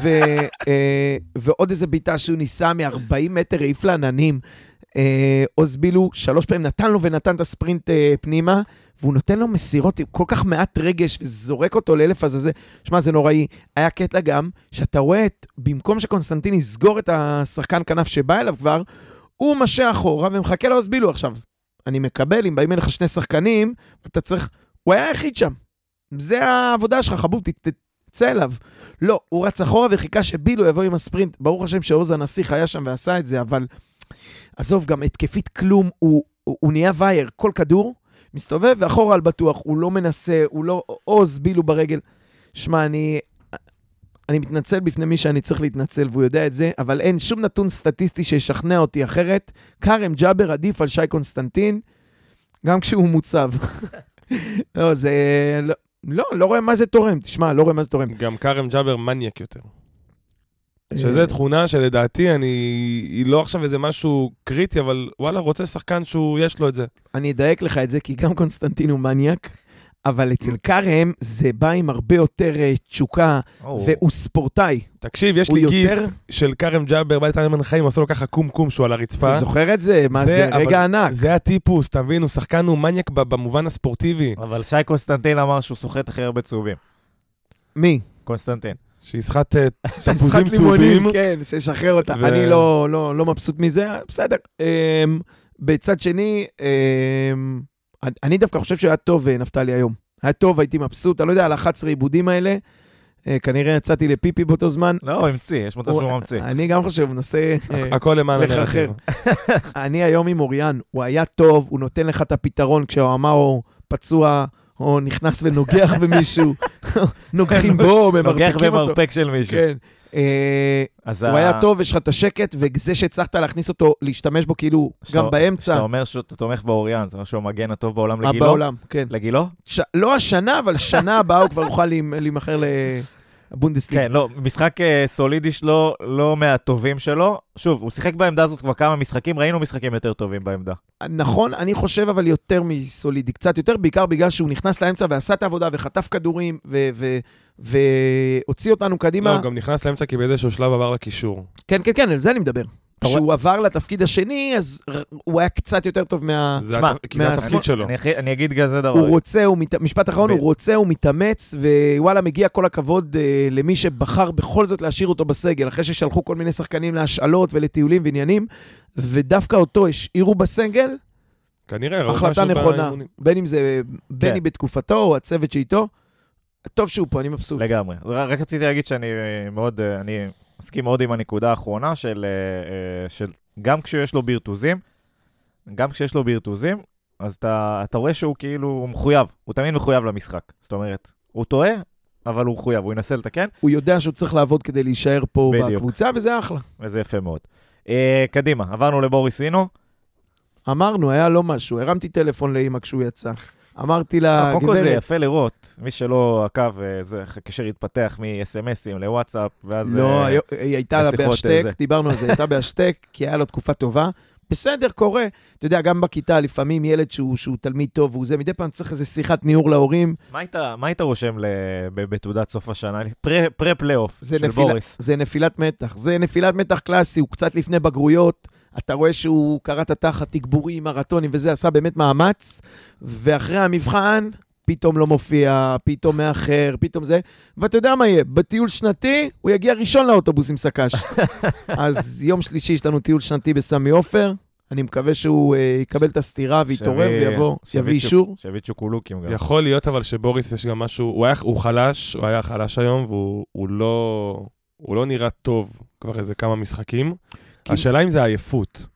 ועוד איזה ביתה שהוא ניסה מ-ארבעים מטר, העיף לעננים. אוסבילו שלוש פעמים נתן לו ונתן את הספרינט פנימה, והוא נותן לו מסירות עם כל כך מעט רגש, וזורק אותו לאלף הזה. שמע, זה נוראי. היה קטע גם, שאתה רואה את, במקום שקונסטנטין יסגור את השחקן כנף שבא אליו כבר, הוא משה אחורה ומחכה לו אוסבילו עכשיו. אני מקבל, אם באים אליך שני שחקנים, אתה צריך, הוא היה היחיד שם. זה העבודה שלך, חבוב, תצא אליו. לא, הוא רץ אחורה וחיכה שבילו יבוא עם הספרינט. ברוך השם שעוז הנסיך היה שם ועשה את זה, אבל עזוב, גם התקפית כלום, הוא, הוא, הוא נהיה וייר, כל כדור, מסתובב ואחורה על בטוח, הוא לא מנסה, הוא לא עוז בילו ברגל. שמע, אני, אני מתנצל בפני מי שאני צריך להתנצל, והוא יודע את זה, אבל אין שום נתון סטטיסטי שישכנע אותי אחרת. קרם ג'אבר עדיף על שי קונסטנטין, גם כשהוא מוצב. לא, זה... לא, לא, לא רואה מה זה תורם, תשמע, לא רואה מה זה תורם. גם קרם ג'אבר מניאק יותר. שזו תכונה שלדעתי, אני, היא לא עכשיו איזה משהו קריטי, אבל וואלה, רוצה שחקן שהוא, יש לו את זה. אני אדייק לך את זה, כי גם קונסטנטין הוא מניאק, אבל אצל קרם זה בא עם הרבה יותר תשוקה, והוא ספורטאי. תקשיב, יש לי גיף של קרם ג'אבר, בא איתנו מנחיים, עשו לו ככה קום קום שהוא על הרצפה. אני זוכר את זה, מה זה רגע ענק. זה הטיפוס, אתה מבין, הוא שחקן, הוא מניאק במובן הספורטיבי. אבל שי קונסטנטין אמר שהוא סוחט הכי הרבה צהובים. מי? קונסטנטין. שישחט תפוזים צהובים. כן, שישחרר אותה. אני לא מבסוט מזה, בסדר. בצד שני, אני דווקא חושב שהוא היה טוב, נפתלי, היום. היה טוב, הייתי מבסוט, אני לא יודע, על ה-אחד עשר עיבודים האלה, כנראה יצאתי לפיפי באותו זמן. לא, הוא המציא, יש מצב שהוא ממציא. אני גם חושב, הוא מנסה... הכל למען הנרחיב. אני היום עם אוריאן, הוא היה טוב, הוא נותן לך את הפתרון, כשהוא אמר, הוא פצוע, או נכנס ונוגח במישהו, נוגחים בו, ממרפקים אותו. נוגח במרפק של מישהו. כן. הוא היה טוב, יש לך את השקט, וזה שהצלחת להכניס אותו, להשתמש בו כאילו גם באמצע. שאתה אומר שאתה תומך באוריאן, זה משהו המגן הטוב בעולם לגילו? בעולם, כן. לגילו? לא השנה, אבל שנה הבאה הוא כבר יוכל להימחר לבונדסליגה. כן, לא, משחק סולידי שלו, לא מהטובים שלו. שוב, הוא שיחק בעמדה הזאת כבר כמה משחקים, ראינו משחקים יותר טובים בעמדה. נכון, אני חושב אבל יותר מסולידי, קצת יותר, בעיקר בגלל שהוא נכנס לאמצע ועשה את העבודה וחטף כדורים והוציא אותנו קדימה. לא, הוא גם נכנס לאמצע כי באיזשהו שלב עבר לקישור. כן, כן, כן, על זה אני מדבר. כשהוא עבר לתפקיד השני, אז הוא היה קצת יותר טוב מה... כי זה התפקיד שלו. אני אגיד כזה דבר. הוא רוצה, משפט אחרון, הוא רוצה, הוא מתאמץ, ווואלה, מגיע כל הכבוד למי שבחר בכל זאת להשאיר אותו בסגל, אחרי ששלחו כל מיני שחקנים להשאלות ולטיולים ועניינים, ודווקא אותו השאירו בסגל, כנראה, החלטה נכונה, בין אם זה, בין אם בתקופתו, או הצוות שאיתו, טוב שהוא פה, אני מבסוט. לגמרי. רק רציתי להגיד שאני מאוד, אני... מסכים מאוד עם הנקודה האחרונה של, של גם כשיש לו בירטוזים, גם כשיש לו בירטוזים, אז אתה, אתה רואה שהוא כאילו הוא מחויב, הוא תמיד מחויב למשחק. זאת אומרת, הוא טועה, אבל הוא מחויב, הוא ינסה לתקן. הוא יודע שהוא צריך לעבוד כדי להישאר פה בדיוק. בקבוצה, וזה אחלה. וזה יפה מאוד. אה, קדימה, עברנו לבוריס אינו. אמרנו, היה לא משהו, הרמתי טלפון לאמא כשהוא יצא. אמרתי לה... קודם כל זה יפה לראות, מי שלא עקב, זה קשר התפתח מ-אס אם אסים לוואטסאפ, ואז... לא, היא הייתה בהשתק, דיברנו על זה, הייתה בהשתק, כי היה לו תקופה טובה. בסדר, קורה. אתה יודע, גם בכיתה, לפעמים ילד שהוא תלמיד טוב, וזה מדי פעם צריך איזו שיחת ניעור להורים. מה היית רושם בתעודת סוף השנה? פרה-פלייאוף של בוריס. זה נפילת מתח. זה נפילת מתח קלאסי, הוא קצת לפני בגרויות. אתה רואה שהוא קרא את התחת, תגבורים, מרתונים, וזה עשה באמת מאמץ, ואחרי המבחן, פתאום לא מופיע, פתאום מאחר, פתאום זה, ואתה יודע מה יהיה, בטיול שנתי, הוא יגיע ראשון לאוטובוס עם סקש. אז יום שלישי יש לנו טיול שנתי בסמי עופר, אני מקווה שהוא uh, יקבל את הסתירה ויתעורר ויבוא, שיביא אישור. שיביא צ'וקולוקים גם. יכול להיות אבל שבוריס יש גם משהו, הוא, היה, הוא חלש, הוא היה חלש היום, והוא הוא לא, הוא לא נראה טוב כבר איזה כמה משחקים. השאלה אם זה עייפות.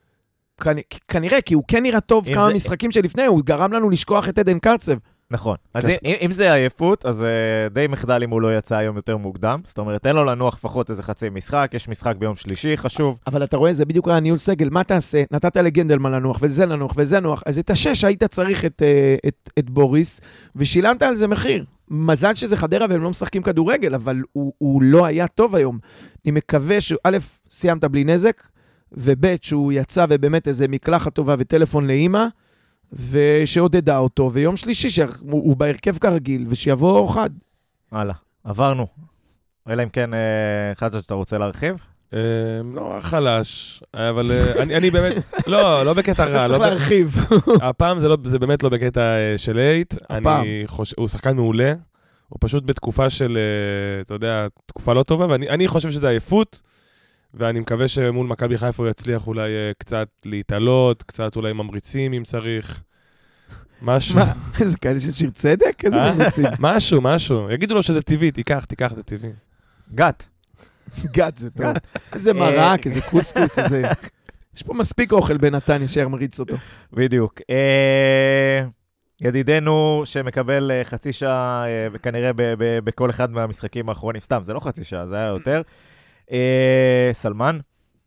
כנראה, כי הוא כן נראה טוב כמה משחקים שלפני, הוא גרם לנו לשכוח את עדן קרצב. נכון. אז אם זה עייפות, אז די מחדל אם הוא לא יצא היום יותר מוקדם. זאת אומרת, אין לו לנוח לפחות איזה חצי משחק, יש משחק ביום שלישי, חשוב. אבל אתה רואה, זה בדיוק היה ניהול סגל. מה תעשה? נתת לגנדלמן לנוח, וזה לנוח, וזה לנוח. אז את השש היית צריך את בוריס, ושילמת על זה מחיר. מזל שזה חדרה והם לא משחקים כדורגל, אבל הוא, הוא לא היה טוב היום. אני מקווה שא', סיימת בלי נזק, וב', שהוא יצא ובאמת איזה מקלחת טובה וטלפון לאמא, ושעודדה אותו, ויום שלישי שהוא בהרכב כרגיל, ושיבוא חד. הלאה, עברנו. אלא אם כן, חדש שאתה רוצה להרחיב? לא, חלש, אבל אני באמת, לא, לא בקטע רע. צריך להרחיב. הפעם זה באמת לא בקטע של אייט. הוא שחקן מעולה, הוא פשוט בתקופה של, אתה יודע, תקופה לא טובה, ואני חושב שזה עייפות, ואני מקווה שמול מכבי חיפה הוא יצליח אולי קצת להתעלות, קצת אולי ממריצים אם צריך. משהו. מה? איזה כאלה ששיר צדק? איזה ממריצים? משהו, משהו. יגידו לו שזה טבעי, תיקח, תיקח, זה טבעי. גת. גת זה טוב. איזה מרק, איזה קוסקוס, איזה... יש פה מספיק אוכל בנתניה שימריץ אותו. בדיוק. ידידנו שמקבל חצי שעה, וכנראה בכל אחד מהמשחקים האחרונים, סתם, זה לא חצי שעה, זה היה יותר. סלמן.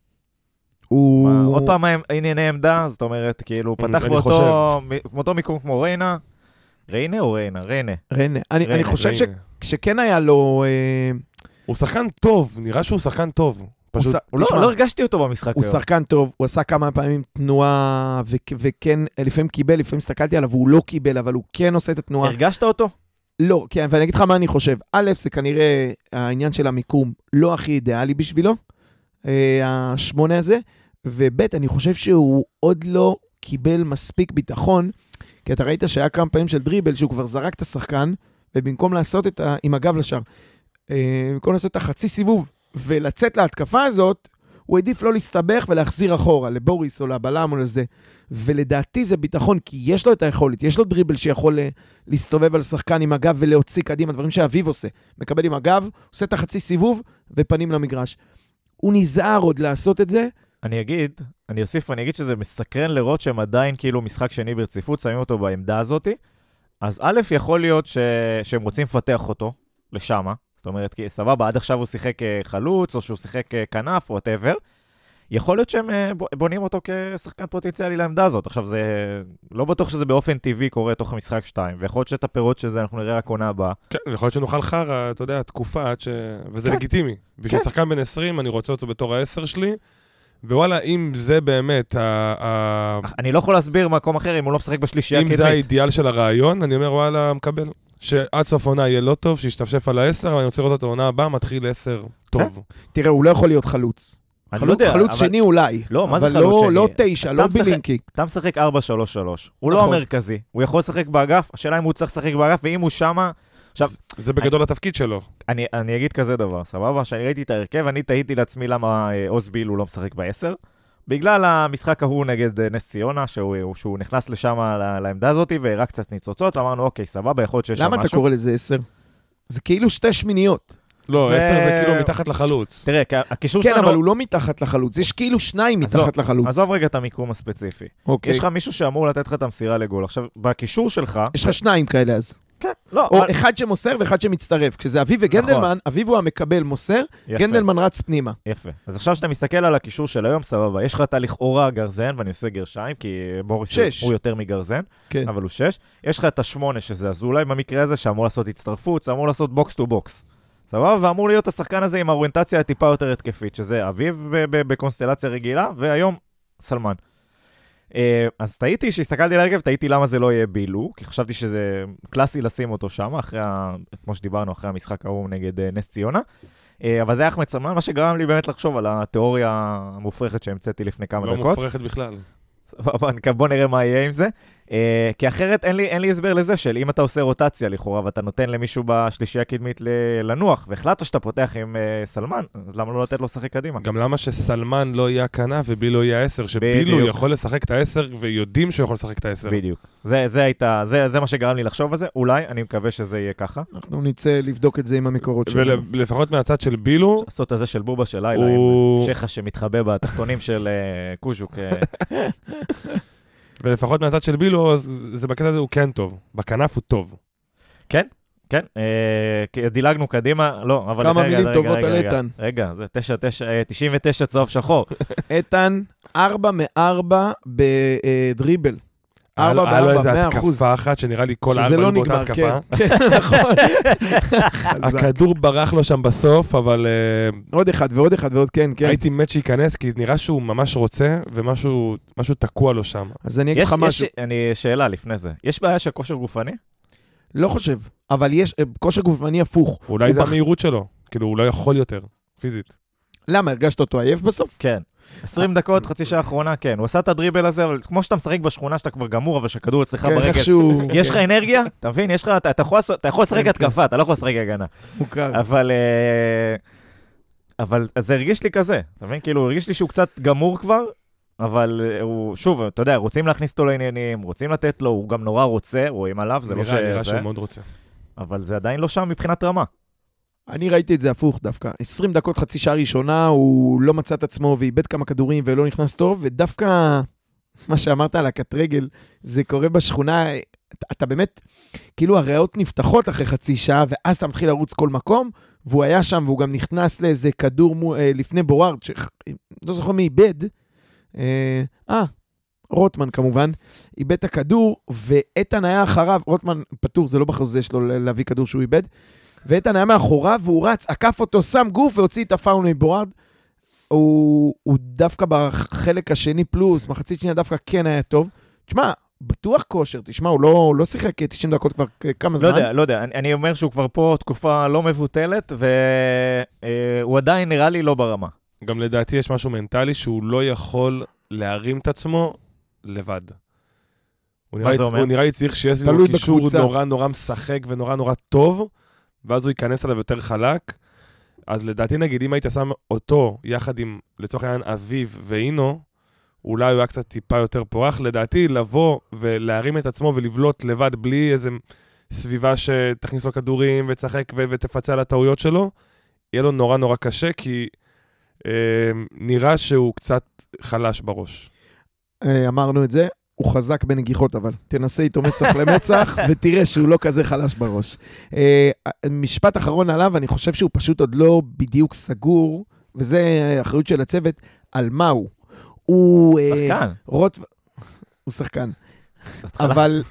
עוד פעם ענייני עמדה, זאת אומרת, כאילו, פתח באותו מיקום כמו ריינה. ריינה או ריינה? ריינה. ריינה. אני חושב שכן היה לו... הוא שחקן טוב, נראה שהוא שחקן טוב. פשוט, לא, לא הרגשתי אותו במשחק. הוא שחקן טוב, הוא עשה כמה פעמים תנועה, וכן, לפעמים קיבל, לפעמים הסתכלתי עליו, והוא לא קיבל, אבל הוא כן עושה את התנועה. הרגשת אותו? לא, כן, ואני אגיד לך מה אני חושב. א', זה כנראה העניין של המיקום לא הכי אידיאלי בשבילו, השמונה הזה, וב', אני חושב שהוא עוד לא קיבל מספיק ביטחון, כי אתה ראית שהיה כמה פעמים של דריבל, שהוא כבר זרק את השחקן, ובמקום לעשות את ה... עם הגב לשאר, במקום לעשות את החצי סיבוב, ולצאת להתקפה הזאת, הוא עדיף לא להסתבך ולהחזיר אחורה, לבוריס או לבלם או לזה. ולדעתי זה ביטחון, כי יש לו את היכולת, יש לו דריבל שיכול להסתובב על שחקן עם הגב ולהוציא קדימה, דברים שאביב עושה. מקבל עם הגב, עושה את החצי סיבוב ופנים למגרש. הוא נזהר עוד לעשות את זה. אני אגיד, אני אוסיף, אני אגיד שזה מסקרן לראות שהם עדיין כאילו משחק שני ברציפות, שמים אותו בעמדה הזאת. אז א', יכול להיות ש... שהם רוצים לפתח אותו לשמה. זאת אומרת, כי סבבה, עד עכשיו הוא שיחק חלוץ, או שהוא שיחק כנף, או whatever. יכול להיות שהם בונים אותו כשחקן פוטנציאלי לעמדה הזאת. עכשיו, זה לא בטוח שזה באופן טבעי קורה תוך המשחק שתיים, ויכול להיות שאת הפירות שזה אנחנו נראה רק עונה הבאה. כן, יכול להיות שנוכל חרה, אתה יודע, תקופה, ש... וזה לגיטימי. בשביל שחקן בן עשרים, אני רוצה אותו בתור העשר שלי, ווואלה, אם זה באמת... אני לא יכול להסביר מקום אחר אם הוא לא משחק בשלישייה הקדמית. אם זה האידיאל של הרעיון, אני אומר, וואלה, מקבל. שעד סוף עונה יהיה לא טוב, שישתפשף על העשר, אבל אני רוצה לראות את העונה הבאה, מתחיל עשר טוב. תראה, הוא לא יכול להיות חלוץ. חלוץ שני אולי. לא, מה זה חלוץ שני? לא תשע, לא בילינקי. אתה משחק ארבע שלוש שלוש. הוא לא המרכזי. הוא יכול לשחק באגף, השאלה אם הוא צריך לשחק באגף, ואם הוא שמה... זה בגדול התפקיד שלו. אני אגיד כזה דבר, סבבה? שאני ראיתי את ההרכב, אני תהיתי לעצמי למה עוז ביל הוא לא משחק בעשר. בגלל המשחק ההוא נגד נס ציונה, שהוא, שהוא נכנס לשם לעמדה הזאת, והראה קצת ניצוצות, ואמרנו, אוקיי, סבבה, יכול להיות שיש שם משהו. למה אתה קורא לזה עשר? זה כאילו שתי שמיניות. לא, עשר זה כאילו מתחת לחלוץ. תראה, הקישור שלנו... כן, אבל הוא לא מתחת לחלוץ, יש כאילו שניים מתחת לחלוץ. עזוב רגע את המיקום הספציפי. יש לך מישהו שאמור לתת לך את המסירה לגול. עכשיו, בקישור שלך... יש לך שניים כאלה אז. כן, לא. או אחד שמוסר ואחד שמצטרף. כשזה אביב וגנדלמן, אביב הוא המקבל מוסר, גנדלמן רץ פנימה. יפה. אז עכשיו שאתה מסתכל על הקישור של היום, סבבה. יש לך את לכאורה גרזן, ואני עושה גרשיים, כי בוריס הוא יותר מגרזן, אבל הוא שש. יש לך את השמונה, שזה אזולאי במקרה הזה, שאמור לעשות הצטרפות, שאמור לעשות בוקס טו בוקס. סבבה, ואמור להיות השחקן הזה עם האוריינטציה הטיפה יותר התקפית, שזה אביב בקונסטלציה רגילה, והיום סלמן. אז טעיתי, שהסתכלתי להרכב, טעיתי למה זה לא יהיה בילו, כי חשבתי שזה קלאסי לשים אותו שם, אחרי, כמו שדיברנו, אחרי המשחק ההוא נגד נס ציונה. אבל זה היה אחמד סלמן, מה שגרם לי באמת לחשוב על התיאוריה המופרכת שהמצאתי לפני כמה לא דקות. לא מופרכת בכלל. בוא נראה מה יהיה עם זה. כי אחרת אין לי, אין לי הסבר לזה של אם אתה עושה רוטציה לכאורה, ואתה נותן למישהו בשלישייה הקדמית לנוח, והחלטת שאתה פותח עם סלמן, אז למה לא לתת לו לשחק קדימה? גם למה שסלמן לא יהיה הכנף ובילו יהיה העשר, שבילו יכול לשחק את העשר ויודעים שהוא יכול לשחק את העשר. בדיוק. זה, זה הייתה, זה, זה מה שגרם לי לחשוב על זה. אולי, אני מקווה שזה יהיה ככה. אנחנו נצא לבדוק את זה עם המקורות שלנו. ולפחות מהצד של בילו... לעשות את זה של בובה של לילה, עם שכה שמתחבא בתחתונים של קוז'וק. ולפחות מהצד של בילו, זה בקטע הזה הוא כן טוב. בכנף הוא טוב. כן, כן. דילגנו קדימה, לא, אבל... כמה מילים טובות על איתן. רגע, זה תשעים ותשע צהוב שחור. איתן, ארבע מארבע בדריבל. ארבע בארבע, מאה אחוז. היה לו איזו התקפה אחת שנראה לי כל ארבע באותה התקפה. כן, נכון. הכדור ברח לו שם בסוף, אבל... עוד אחד ועוד אחד ועוד, כן, כן. הייתי מת שייכנס, כי נראה שהוא ממש רוצה, ומשהו תקוע לו שם. אז אני אגיד לך משהו. אני שאלה לפני זה. יש בעיה של כושר גופני? לא חושב, אבל יש כושר גופני הפוך. אולי זה המהירות שלו. כאילו, הוא לא יכול יותר, פיזית. למה? הרגשת אותו עייף בסוף? כן. עשרים דקות, חצי שעה האחרונה, כן. הוא עשה את הדריבל הזה, אבל כמו שאתה משחק בשכונה שאתה כבר גמור, אבל שהכדור אצלך ברגל, יש לך אנרגיה? אתה מבין? יש לך, אתה יכול לשחק התקפה, אתה לא יכול לשחק הגנה. מוכר. אבל אבל זה הרגיש לי כזה, אתה מבין? כאילו, הרגיש לי שהוא קצת גמור כבר, אבל הוא, שוב, אתה יודע, רוצים להכניס אותו לעניינים, רוצים לתת לו, הוא גם נורא רוצה, רואים עליו, זה לא שזה... נראה שהוא מאוד רוצה. אבל זה עדיין לא שם מבחינת רמה. אני ראיתי את זה הפוך דווקא. עשרים דקות חצי שעה ראשונה, הוא לא מצא את עצמו ואיבד כמה כדורים ולא נכנס טוב, ודווקא מה שאמרת על הקט רגל, זה קורה בשכונה, אתה, אתה באמת, כאילו הריאות נפתחות אחרי חצי שעה, ואז אתה מתחיל לרוץ כל מקום, והוא היה שם, והוא גם נכנס לאיזה כדור אה, לפני בווארד, שלא זוכר מי איבד, אה, אה, רוטמן כמובן, איבד את הכדור, ואיתן היה אחריו, רוטמן פטור, זה לא בחוזה שלו להביא כדור שהוא איבד, ואיתן היה מאחוריו, והוא רץ, עקף אותו, שם גוף, והוציא את הפאול מבורד. הוא, הוא דווקא בחלק השני פלוס, מחצית שנייה דווקא כן היה טוב. תשמע, בטוח כושר, תשמע, הוא לא, לא שיחק תשעים דקות כבר כמה זמן. לא יודע, לא יודע, אני, אני אומר שהוא כבר פה תקופה לא מבוטלת, והוא עדיין נראה לי לא ברמה. גם לדעתי יש משהו מנטלי שהוא לא יכול להרים את עצמו לבד. הוא נראה, הוא נראה לי צריך שיש לו קישור נורא נורא משחק ונורא נורא טוב, ואז הוא ייכנס עליו יותר חלק. אז לדעתי נגיד, אם היית שם אותו יחד עם, לצורך העניין, אביב ואינו, אולי הוא היה קצת טיפה יותר פורח. לדעתי, לבוא ולהרים את עצמו ולבלוט לבד בלי איזו סביבה שתכניס לו כדורים ותשחק ו- ותפצה על הטעויות שלו, יהיה לו נורא נורא קשה, כי אה, נראה שהוא קצת חלש בראש. אה, אמרנו את זה. הוא חזק בנגיחות, אבל תנסה איתו מצח למצח, ותראה שהוא לא כזה חלש בראש. משפט אחרון עליו, אני חושב שהוא פשוט עוד לא בדיוק סגור, וזה האחריות של הצוות, על מה הוא. הוא... שחקן. רוט... הוא שחקן. אבל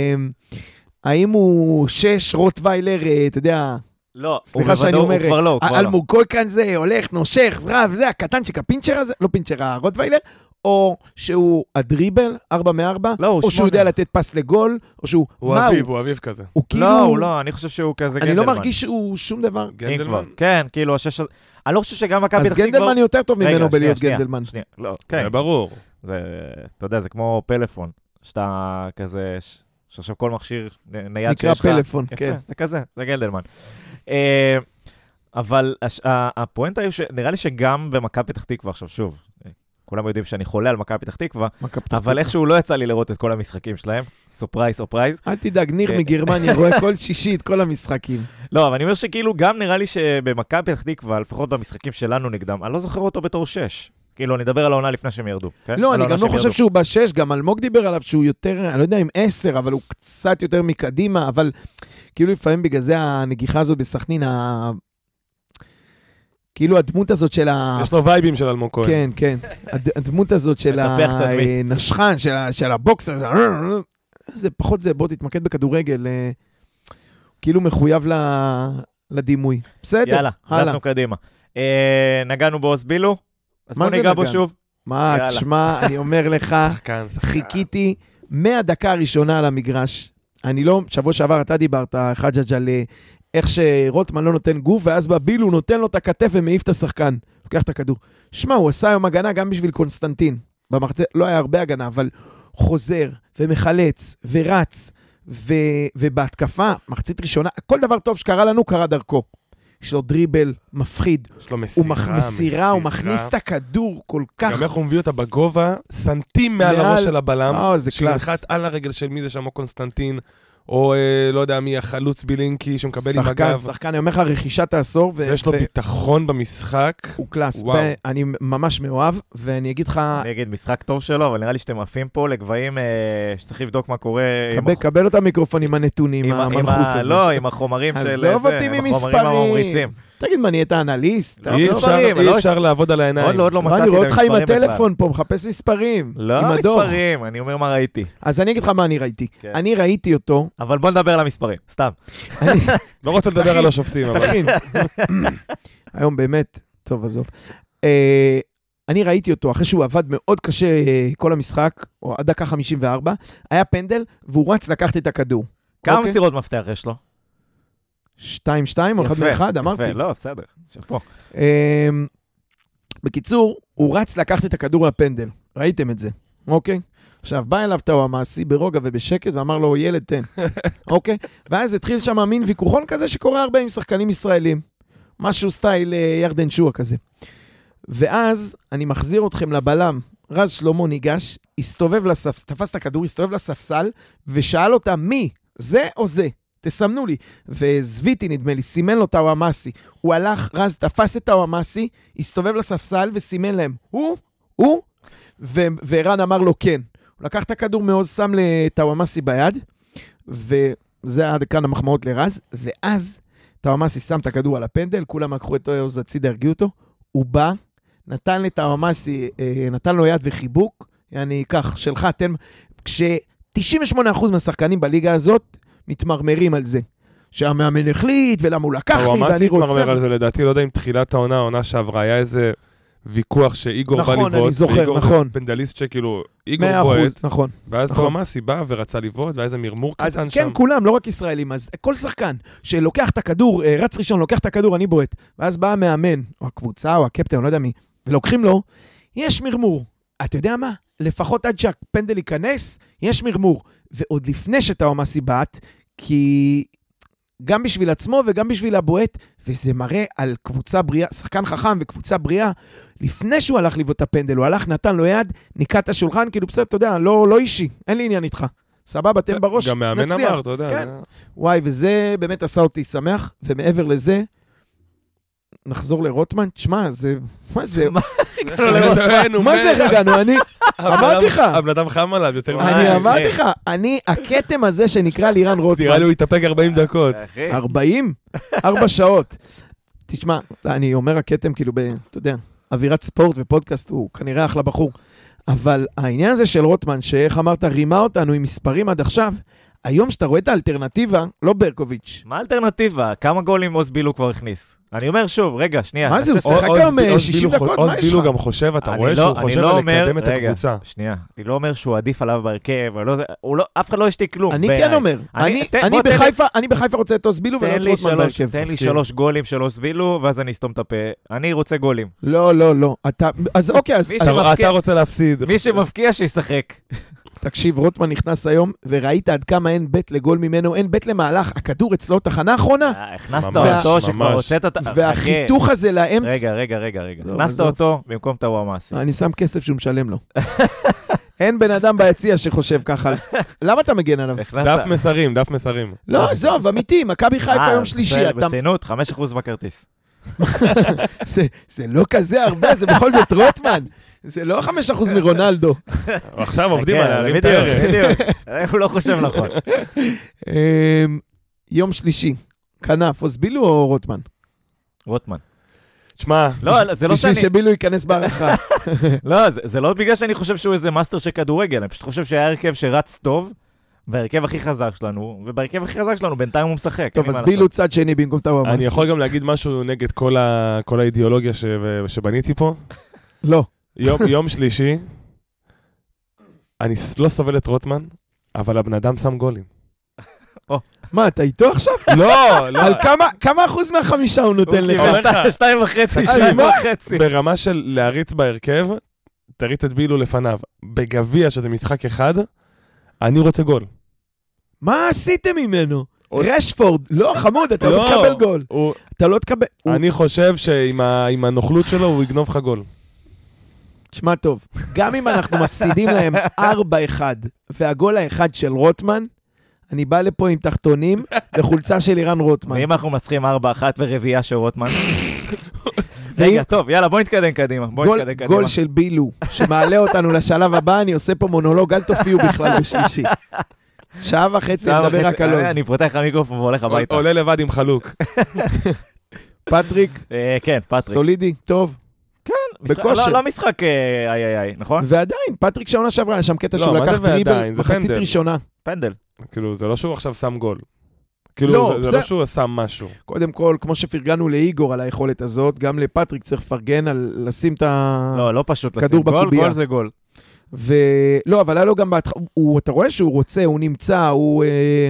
האם הוא שש רוטוויילר, אתה יודע... לא, סליחה שאני אומר, הוא כבר לא, הוא כבר לא. אלמוג כהן זה הולך, נושך, רב, זה הקטנצ'יק, הפינצ'ר הזה, לא פינצ'ר, הרוטוויילר, או שהוא הדריבל, ארבע מארבע, לא, או שהוא יודע לתת פס לגול, או שהוא... הוא אביב, הוא אביב כזה. הוא כאילו... לא, הוא לא, אני חושב שהוא כזה גנדלמן. אני לא מרגיש שהוא שום דבר. גנדלמן? כן, כאילו, השש... אני לא חושב שגם מכבי פתח תקווה... אז גנדלמן יותר טוב ממנו בלהיות גנדלמן. שנייה, לא, כן. זה ברור. זה, אתה יודע, זה כמו פלאפון, שאתה כזה, שעכשיו כל מכשיר נייד שיש לך... נקרא פלאפון, כן. זה כזה, זה גנדלמן. אבל הפואנטה היא שנראה לי שגם במכבי פתח תקווה, עכשיו שוב, כולם יודעים שאני חולה על מכבי פתח תקווה, אבל איכשהו לא יצא לי לראות את כל המשחקים שלהם, סופרייז, סופרייז. אל תדאג, ניר מגרמניה רואה כל שישי את כל המשחקים. לא, אבל אני אומר שכאילו גם נראה לי שבמכבי פתח תקווה, לפחות במשחקים שלנו נגדם, אני לא זוכר אותו בתור שש. כאילו, אני אדבר על העונה לפני שהם ירדו. לא, אני גם לא חושב שהוא בשש, גם אלמוג דיבר עליו שהוא יותר, אני לא יודע אם עשר, אבל הוא קצת יותר מקדימה, אבל כאילו לפעמים בגלל זה הנגיחה הזאת בסכנין, כאילו הדמות הזאת של ה... יש לו וייבים של אלמוג כהן. כן, כן. הדמות הזאת של הנשכן, של הבוקסר, זה פחות זה, בוא תתמקד בכדורגל, כאילו מחויב לדימוי. בסדר, יאללה, זזנו קדימה. נגענו בעוז בילו, אז בוא ניגע בו שוב. מה, תשמע, אני אומר לך, חיכיתי מהדקה הראשונה על המגרש. אני לא, שבוע שעבר אתה דיברת, חג'ג' על איך שרוטמן לא נותן גוף, ואז בביל הוא נותן לו את הכתף ומעיף את השחקן. לוקח את הכדור. שמע, הוא עשה היום הגנה גם בשביל קונסטנטין. במחצית, לא היה הרבה הגנה, אבל חוזר ומחלץ ורץ, ו, ובהתקפה, מחצית ראשונה, כל דבר טוב שקרה לנו קרה דרכו. יש לו דריבל, מפחיד. יש לו מסירה, הוא מסירה, מסירה, הוא מכניס את הכדור כל כך. גם איך הוא מביא אותה בגובה, סנטים מעל הראש של הבלם. אה, זה קלאס. שנחת על הרגל של מי זה שם, קונסטנטין, או אה, לא יודע מי, החלוץ בילינקי שמקבל עם הגב. שחקן, שחקן, אני אומר לך, רכישת העשור. ו- ויש לו ו- ביטחון במשחק. הוא קלאס, ואני ממש מאוהב, ואני אגיד לך... אני אגיד משחק טוב שלו, אבל נראה לי שאתם עפים פה לגבהים אה, שצריך לבדוק מה קורה... קבל, הח... קבל אותה מיקרופון עם הנתונים, עם המנחוס הזה. לא, עם החומרים של... עזוב אותי ממספרים. תגיד מה, נהיית אנליסט? אי אפשר לעבוד על העיניים. עוד לא מצאתי אני רואה אותך עם הטלפון פה, מחפש מספרים. לא מספרים, אני אומר מה ראיתי. אז אני אגיד לך מה אני ראיתי. אני ראיתי אותו... אבל בוא נדבר על המספרים, סתם. לא רוצה לדבר על השופטים, אבל... היום באמת, טוב, עזוב. אני ראיתי אותו אחרי שהוא עבד מאוד קשה כל המשחק, או עד דקה חמישים וארבע, היה פנדל, והוא רץ לקחת את הכדור. כמה מסירות מפתח יש לו? שתיים, שתיים, או אחד מאחד, אמרתי. יפה, לא, בסדר, שפה. בקיצור, הוא רץ לקחת את הכדור לפנדל. ראיתם את זה, אוקיי? עכשיו, בא אליו תאו המעשי ברוגע ובשקט, ואמר לו, ילד, תן. אוקיי? ואז התחיל שם מין ויכוחון כזה שקורה הרבה עם שחקנים ישראלים. משהו סטייל ירדן שועה כזה. ואז אני מחזיר אתכם לבלם, רז שלמה ניגש, הסתובב לספסל, תפס את הכדור, הסתובב לספסל, ושאל אותה מי, זה או זה? תסמנו לי. וזוויטי נדמה לי, סימן לו טאוואמאסי. הוא הלך, רז תפס את טאוואמאסי, הסתובב לספסל וסימן להם, הוא, הוא, ו- וערן אמר לו כן. הוא לקח את הכדור מעוז, שם לטאוואמאסי ביד, וזה עד כאן המחמאות לרז, ואז טאוואמאסי שם את הכדור על הפנדל, כולם לקחו את עוז הצידה, הרגיעו אותו, הוא בא, נתן לטאוואמאסי, נתן לו יד וחיבוק, יעני כך, שלך, תן, כש-תשעים ושמונה אחוז מהשחקנים בליגה הזאת, מתמרמרים על זה. שהמאמן החליט, ולמה הוא לקח לי, ואני רוצה... טאוואמאסי מתמרמר על זה, לדעתי, לא יודע אם תחילת העונה, העונה שעברה, היה איזה ויכוח שאיגור בא לבעוט, אני זוכר, ואיגור נכון. פנדליסט שכאילו, איגור מאה בועט, אחוז, נכון. ואז טאוואמאסי בא ורצה לבעוט, והיה איזה מרמור קטן שם. כן, כולם, לא רק ישראלים, אז כל שחקן שלוקח את הכדור, רץ ראשון, לוקח את הכדור, אני בועט, ואז בא המאמן, או הקבוצה, או הקפטן, אני לא יודע מי, ולוקחים לו, יש מרמור. אתה יודע מה? לפחות עד שהפנדל ייכנס, יש מרמור. ועוד לפני שטאוואמאסי בעט, כי גם בשביל עצמו וגם בשביל הבועט, וזה מראה על קבוצה בריאה, שחקן חכם וקבוצה בריאה, לפני שהוא הלך לבעוט את הפנדל, הוא הלך, נתן לו יד, ניקה את השולחן, כאילו בסדר, אתה יודע, לא, לא אישי, אין לי עניין איתך. סבבה, תן בראש, גם מאמן אמר, אתה יודע. כן. וואי, וזה באמת עשה אותי שמח, ומעבר לזה, נחזור לרוטמן, תשמע, זה... מה זה? מה זה הגענו? אני... אמרתי לך. הבן אדם חם עליו יותר מדי. אני אמרתי לך, אני, הכתם הזה שנקרא לירן רוטמן. נראה לי הוא יתאפק ארבעים דקות. ארבעים? ארבע שעות. תשמע, אני אומר הכתם כאילו, אתה יודע, אווירת ספורט ופודקאסט, הוא כנראה אחלה בחור. אבל העניין הזה של רוטמן, שאיך אמרת, רימה אותנו עם מספרים עד עכשיו, היום שאתה רואה את האלטרנטיבה, לא ברקוביץ'. מה האלטרנטיבה? כמה גולים עוז בילו כבר הכניס? אני אומר שוב, רגע, שנייה. מה זה, הוא שיחק היום שישים דקות, מה יש לך? עוז בילו גם חושב, אתה רואה שהוא חושב על לקדם את הקבוצה. שנייה, אני לא אומר שהוא עדיף עליו בהרכב, אף אחד לא ישתיק כלום. אני כן אומר, אני בחיפה רוצה את עוז בילו ולא את רוטמן בהרכב. תן לי שלוש גולים של עוז בילו, ואז אני אסתום את הפה. אני רוצה גולים. לא, לא, לא. אז אוקיי, אז... אתה רוצה להפסיד. מי שמפקיע שישחק. תקשיב, רוטמן נכנס היום, וראית עד כמה אין בית לגול ממנו, אין בית למהלך, הכדור אצלו תחנה האחרונה. הכנסת אותו שכבר הוצאת את... והחיתוך הזה לאמצע... רגע, רגע, רגע, רגע. הכנסת אותו במקום טאוואמאסי. אני שם כסף שהוא משלם לו. אין בן אדם ביציע שחושב ככה. למה אתה מגן עליו? דף מסרים, דף מסרים. לא, זוב, אמיתי, מכבי חיפה יום שלישי. בצינות, חמישה אחוז בכרטיס. זה לא כזה הרבה, זה בכל זאת רוטמן. זה לא חמישה אחוז מרונלדו. עכשיו עובדים עליה, להרים את הערב. בדיוק, הוא לא חושב נכון. יום שלישי, כנף, עוז בילו או רוטמן? רוטמן. תשמע, בשביל שבילו ייכנס בערכה. לא, זה לא בגלל שאני חושב שהוא איזה מאסטר של כדורגל, אני פשוט חושב שהיה הרכב שרץ טוב, והרכב הכי חזק שלנו, ובהרכב הכי חזק שלנו, בינתיים הוא משחק. טוב, אז בילו צד שני במקום טאוואמאסי. אני יכול גם להגיד משהו נגד כל האידיאולוגיה שבניתי פה? לא. יום, יום שלישי, אני לא סובל את רוטמן, אבל הבן אדם שם גולים. מה, אתה איתו עכשיו? לא, לא. על כמה אחוז מהחמישה הוא נותן לך? שתיים וחצי, שתיים וחצי. ברמה של להריץ בהרכב, תריץ את בילו לפניו. בגביע, שזה משחק אחד, אני רוצה גול. מה עשיתם ממנו? רשפורד, לא חמוד, אתה לא תקבל גול. אתה לא תקבל... אני חושב שעם הנוכלות שלו הוא יגנוב לך גול. תשמע טוב, גם אם אנחנו מפסידים להם ארבע אחד, והגול האחד של רוטמן, אני בא לפה עם תחתונים וחולצה של אירן רוטמן. ואם אנחנו מצחים ארבע אחת ורביעה של רוטמן? רגע, טוב, יאללה, בוא נתקדם קדימה. גול של בילו, שמעלה אותנו לשלב הבא, אני עושה פה מונולוג, אל תופיעו בכלל בשלישי. שעה וחצי, נדבר רק על עוז. אני פותח לך מיקרופון והולך הביתה. עולה לבד עם חלוק. פטריק? כן, פטריק. סולידי, טוב. בכושר. לא משחק איי איי איי, נכון? ועדיין, פטריק שעונה שעברה, יש שם קטע שהוא לקח דריבל מחצית ראשונה. פנדל. כאילו, זה לא שהוא עכשיו שם גול. כאילו, זה לא שהוא שם משהו. קודם כל, כמו שפרגנו לאיגור על היכולת הזאת, גם לפטריק צריך לפרגן על לשים את הכדור בקובייה. לא, לא פשוט לשים גול, גול זה גול. ולא, אבל היה לו גם בהתחלה, אתה רואה שהוא רוצה, הוא נמצא, הוא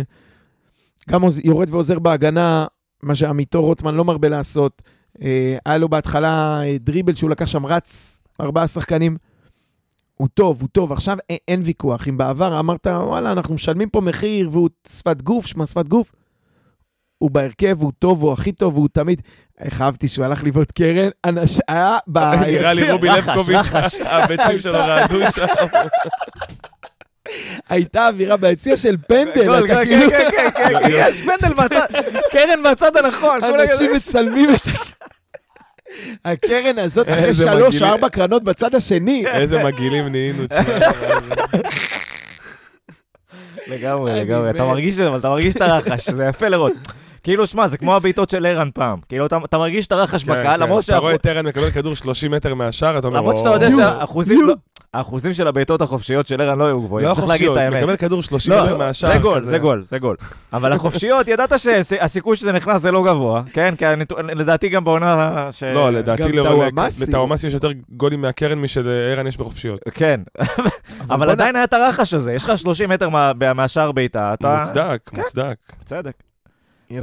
גם יורד ועוזר בהגנה, מה שעמיתו רוטמן לא מרבה לעשות. היה לו בהתחלה דריבל שהוא לקח שם רץ, ארבעה שחקנים. הוא טוב, הוא טוב. עכשיו אין, אין ויכוח. אם בעבר אמרת, וואלה, אנחנו משלמים פה מחיר, והוא שפת גוף, שמה שפת גוף. הוא בהרכב, הוא טוב, הוא הכי טוב, הוא תמיד... איך אהבתי שהוא הלך לבעוט קרן, אנש... היה ביציר. נראה לי רובי לבקוביץ', הביצים שלו רעדו שם. הייתה אווירה ביציר של פנדל. גול, כן, כן, כן, כן, יש פנדל מהצד, קרן מהצד הנכון. אנשים מצלמים את... הקרן הזאת אחרי שלוש, ארבע קרנות בצד השני. איזה מגעילים נהיינו. לגמרי, לגמרי. אתה מרגיש, אבל אתה מרגיש את הרחש, זה יפה לראות. כאילו, שמע, זה כמו הבעיטות של ערן פעם. כאילו, אתה מרגיש את הרחש בקהל, למרות אתה רואה את ערן מקבל כדור שלושים מטר מהשאר, אתה אומר... למרות שאתה יודע שהאחוזים... האחוזים של הבעיטות החופשיות של ערן לא היו גבוהים, צריך להגיד את האמת. מקבל כדור שלושים מטר מהשאר. זה גול, זה גול, זה גול. אבל החופשיות, ידעת שהסיכוי שזה נכנס זה לא גבוה, כן? כי לדעתי גם בעונה ש... לא, לדעתי לטאוואמאסי יש יותר גולים מהקרן משל ערן יש בחופשיות. כן, אבל עדיין היה את הרחש הזה, יש לך שלושים מטר מהשאר בעיטה. מוצדק, מוצדק. צדק. יפה.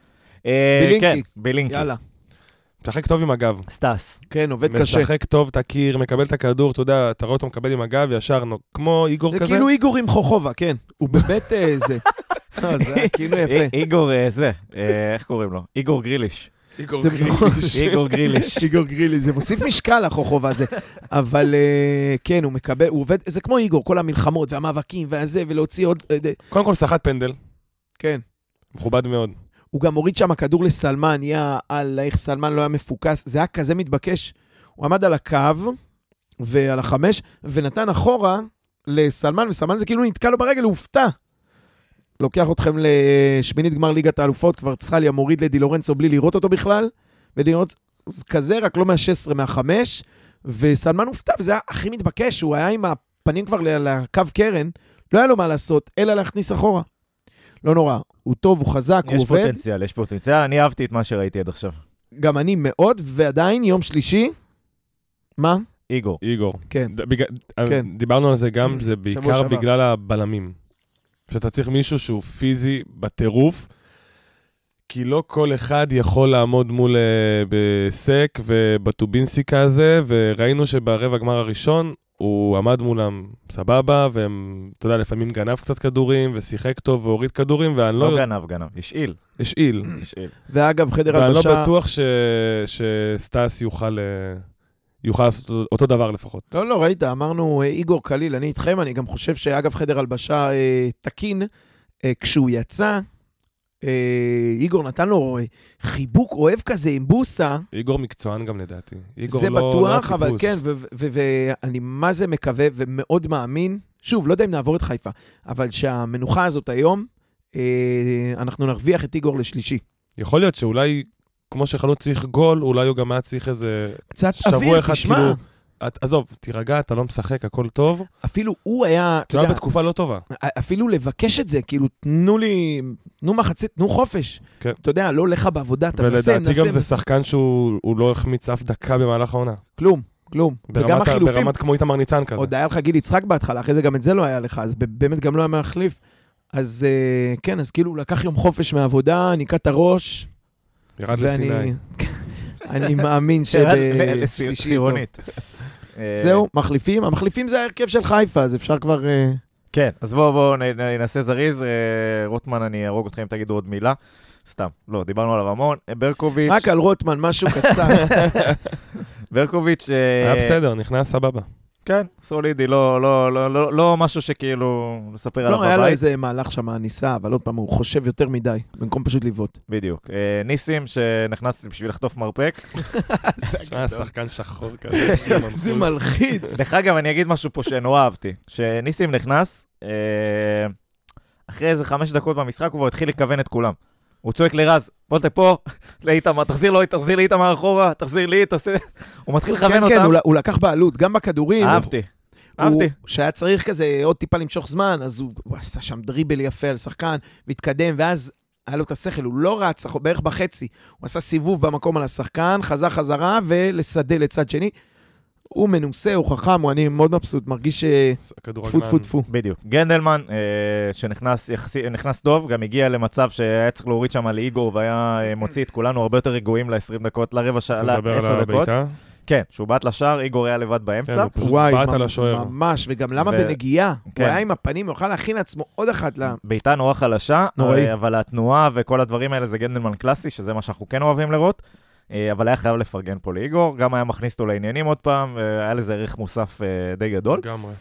בילינקי. בילינקי. יאללה. משחק טוב עם הגב. סטאס. כן, עובד קשה. משחק טוב, תכיר, מקבל את הכדור, אתה יודע, אתה רואה אותו מקבל עם הגב, ישר, כמו איגור כזה. זה כאילו איגור עם חוכובה, כן. הוא באמת זה. זה כאילו יפה. איגור זה, איך קוראים לו? איגור גריליש. איגור גריליש. איגור גריליש. איגור גריליש, זה מוסיף משקל החוכובה הזה. אבל כן, הוא מקבל, הוא עובד, זה כמו איגור, כל המלחמות והמאבקים והזה, ולהוציא עוד... קודם כל, שחט פנדל. כן. מכובד מאוד. הוא גם הוריד שם הכדור לסלמן, יא אללה, איך סלמן לא היה מפוקס, זה היה כזה מתבקש. הוא עמד על הקו ועל החמש, ונתן אחורה לסלמן, וסלמן זה כאילו נתקע לו ברגל, הוא הופתע. לוקח אתכם לשמינית גמר ליגת האלופות, כבר צחליה מוריד לדי לורנצו בלי לראות אותו בכלל, ולראות כזה, רק לא מה-שש עשרה, מה-חמש, וסלמן הופתע, וזה היה הכי מתבקש, הוא היה עם הפנים כבר לקו קרן, לא היה לו מה לעשות, אלא להכניס אחורה. לא נורא, הוא טוב, הוא חזק, הוא עובד. יש פוטנציאל, יש פוטנציאל, אני אהבתי את מה שראיתי עד עכשיו. גם אני מאוד, ועדיין יום שלישי, מה? איגור. איגור. כן. דיברנו על זה גם, זה בעיקר בגלל הבלמים. שאתה צריך מישהו שהוא פיזי בטירוף, כי לא כל אחד יכול לעמוד מול בסק ובטובינסיקה הזה, וראינו שברבע הגמר הראשון, הוא עמד מולם סבבה, והם, אתה יודע, לפעמים גנב קצת כדורים, ושיחק טוב והוריד כדורים, ואני לא... לא גנב, גנב, השאיל. השאיל. ואגב, חדר הלבשה... ואני לא בטוח שסטאס יוכל... יוכל לעשות אותו דבר לפחות. לא, לא, ראית, אמרנו איגור קליל, אני איתכם, אני גם חושב שאגב חדר הלבשה תקין, כשהוא יצא, איגור נתן לו חיבוק אוהב כזה עם בוסה. איגור מקצוען גם לדעתי. זה בטוח, אבל כן, ואני מה זה מקווה ומאוד מאמין, שוב, לא יודע אם נעבור את חיפה, אבל שהמנוחה הזאת היום, אנחנו נרוויח את איגור לשלישי. יכול להיות שאולי, כמו שחלוץ צריך גול, אולי הוא גם היה צריך איזה שבוע אחד כאילו... עזוב, תירגע, אתה לא משחק, הכל טוב. אפילו הוא היה... הוא היה בתקופה לא טובה. אפילו לבקש את זה, כאילו, תנו לי, תנו מחצית, תנו חופש. כן. אתה יודע, לא לך בעבודה, אתה נסם, נסם. ולדעתי גם זה שחקן שהוא לא החמיץ אף דקה במהלך העונה. כלום, כלום. וגם החילופים... ברמת כמו איתמר ניצן כזה. עוד היה לך גיל יצחק בהתחלה, אחרי זה גם את זה לא היה לך, אז באמת גם לא היה להחליף. אז כן, אז כאילו, לקח יום חופש מהעבודה, ניקה את הראש. ירד לסיני. אני מאמין שבשלישי טוב. זהו, מחליפים. המחליפים זה ההרכב של חיפה, אז אפשר כבר... כן, אז בואו בואו ננסה זריז. רוטמן, אני ארוג אתכם, תגידו עוד מילה. סתם, לא, דיברנו עליו המון. ברקוביץ'... רק על רוטמן, משהו קצר. ברקוביץ'... היה בסדר, נכנס סבבה. כן, סולידי, לא, לא, לא, לא, לא משהו שכאילו לספר עליו בבית. לא, היה לו איזה מהלך שם, ניסה, אבל עוד פעם, הוא חושב יותר מדי, במקום פשוט לבעוט. בדיוק. ניסים שנכנס בשביל לחטוף מרפק. היה שחקן שחור כזה. זה מלחיץ. דרך אגב, אני אגיד משהו פה שנורא אהבתי. שניסים נכנס, אחרי איזה חמש דקות במשחק, הוא התחיל לכוון את כולם. הוא צועק לרז, בוא תפה, לאיתמר, תחזיר לו, תחזיר לאיתמר אחורה, תחזיר לי, תעשה... הוא מתחיל לכוון אותם. כן, כן, הוא לקח בעלות, גם בכדורים. אהבתי, אהבתי. שהיה צריך כזה עוד טיפה למשוך זמן, אז הוא עשה שם דריבל יפה על שחקן, והתקדם, ואז היה לו את השכל, הוא לא רץ, בערך בחצי, הוא עשה סיבוב במקום על השחקן, חזר חזרה, ולשדה לצד שני. הוא מנוסה, הוא חכם, הוא אני מאוד מבסוט, מרגיש טפו טפו טפו. בדיוק. גנדלמן, שנכנס טוב, גם הגיע למצב שהיה צריך להוריד שם לאיגור, והיה מוציא את כולנו הרבה יותר רגועים ל-עשרים דקות, לרבע שעה, ל-עשר דקות. כן, שהוא באת לשער, איגור היה לבד באמצע. כן, הוא פשוט באת על השוער. ממש, וגם למה בנגיעה? הוא היה עם הפנים, הוא יוכל להכין לעצמו עוד אחת. ביתה נורא חלשה, אבל התנועה וכל הדברים האלה זה גנדלמן קלאסי, שזה מה שאנחנו כן אוהבים לראות. אבל היה חייב לפרגן פה לאיגור, גם היה מכניס אותו לעניינים עוד פעם, והיה לזה ערך מוסף די גדול. לגמרי.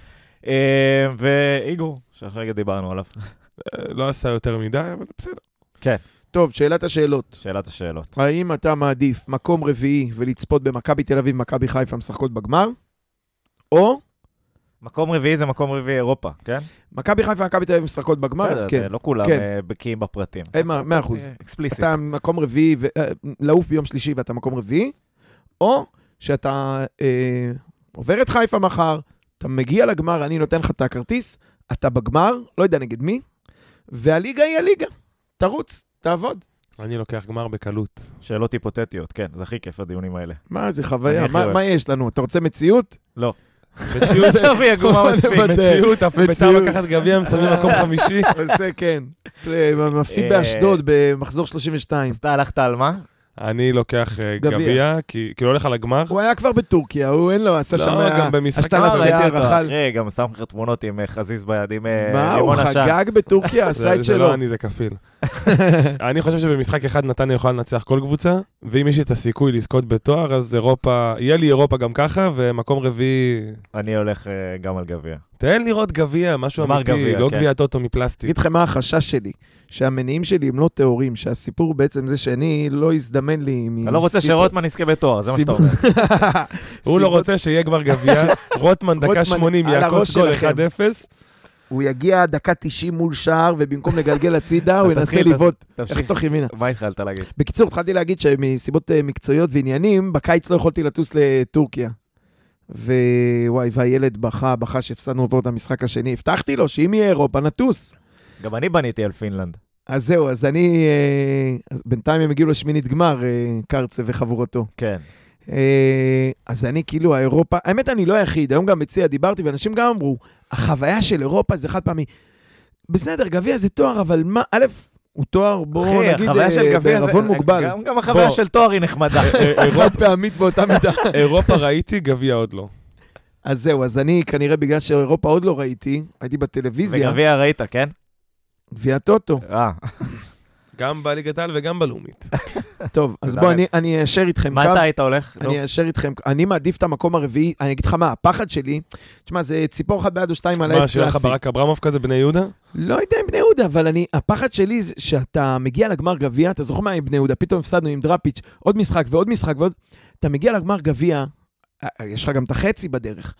ואיגור, שעכשיו דיברנו עליו. לא עשה יותר מדי, אבל בסדר. כן. טוב, שאלת השאלות. שאלת השאלות. האם אתה מעדיף מקום רביעי ולצפות במכבי תל אביב, מכבי חיפה משחקות בגמר, או... מקום רביעי זה מקום רביעי אירופה, כן? מכבי חיפה ומכבי תל אביב משחקות בגמר, אז כן. לא כולם בקיאים בפרטים. מאה אחוז. אקספליסיט. אתה מקום רביעי, לעוף ביום שלישי ואתה מקום רביעי, או שאתה עובר את חיפה מחר, אתה מגיע לגמר, אני נותן לך את הכרטיס, אתה בגמר, לא יודע נגד מי, והליגה היא הליגה. תרוץ, תעבוד. אני לוקח גמר בקלות. שאלות היפותטיות, כן, זה הכי כיף הדיונים האלה. מה זה חוויה? מה יש לנו? אתה רוצה מציאות? לא. מציאות סופי, הגומה מספיק. מציאות, אף בית"ר לקחת גביע, מסיימים מקום חמישי. זה כן. מפסיד באשדוד במחזור שלושים ושתיים. אז אתה הלכת על מה? אני לוקח גביע, כי לא הולך על הגמר. הוא היה כבר בטורקיה, הוא אין לו, עשה שם... לא, גם במשחק... השתלת שיער, אכל... אחרי, גם שם לך תמונות עם חזיז ביד, עם מה, הוא חגג בטורקיה, עשה את שלו. זה לא אני, זה כפיל. אני חושב שבמשחק אחד נתניה יוכל לנצח כל קבוצה, ואם יש לי את הסיכוי לזכות בתואר, אז אירופה, יהיה לי אירופה גם ככה, ומקום רביעי... אני הולך גם על גביע. תן לראות גביע, משהו אמיתי, לא גביע טוטו מפלסטיק. אגיד לכם מה החשש שלי, שהמניעים שלי הם לא תיאורים, שהסיפור בעצם זה שאני לא הזדמן לי... אתה לא רוצה שרוטמן יזכה בתואר, זה מה שאתה אומר. הוא לא רוצה שיהיה כבר גביע, רוטמן דקה שמונים, יעקב גול אחד אפס. הוא יגיע דקה תשעים מול שער, ובמקום לגלגל הצידה, הוא ינסה לבעוט, יחתוך ימינה. מה התחלת להגיד? בקיצור, התחלתי להגיד שמסיבות מקצועיות ועניינים, בקיץ לא יכולתי לטוס לטורקיה. ווואי, והילד בכה, בכה שהפסדנו עבור את המשחק השני. הבטחתי לו שאם יהיה אירופה, נטוס. גם אני בניתי על פינלנד. אז זהו, אז אני... בינתיים הם הגיעו לשמינית גמר, קרצה וחבורתו. כן. אז אני כאילו, האירופה... האמת, אני לא היחיד. היום גם מציע, דיברתי, ואנשים גם אמרו, החוויה של אירופה זה חד פעמי. בסדר, גביע זה תואר, אבל מה... א', הוא תואר, בואו נגיד, בערבון מוגבל. גם החוויה של תואר היא נחמדה. חד פעמית באותה מידה. אירופה ראיתי, גביע עוד לא. אז זהו, אז אני כנראה בגלל שאירופה עוד לא ראיתי, הייתי בטלוויזיה. וגביע ראית, כן? גביע טוטו. אה. גם בליגת העל וגם בלאומית. טוב, אז בואו, אני אשאר איתכם. מה אתה היית הולך? אני אשאר איתכם. אני מעדיף את המקום הרביעי, אני אגיד לך מה, הפחד שלי, תשמע, זה ציפור אחת ביד או שתיים על העץ קלאסי. מה, שיהיה לך ברק אברמוב כזה, בני יהודה? לא יודע עם בני יהודה, אבל אני, הפחד שלי זה שאתה מגיע לגמר גביע, אתה זוכר מה עם בני יהודה, פתאום הפסדנו עם דראפיץ', עוד משחק ועוד משחק ועוד, אתה מגיע לגמר גביע, יש לך גם את החצי בדרך,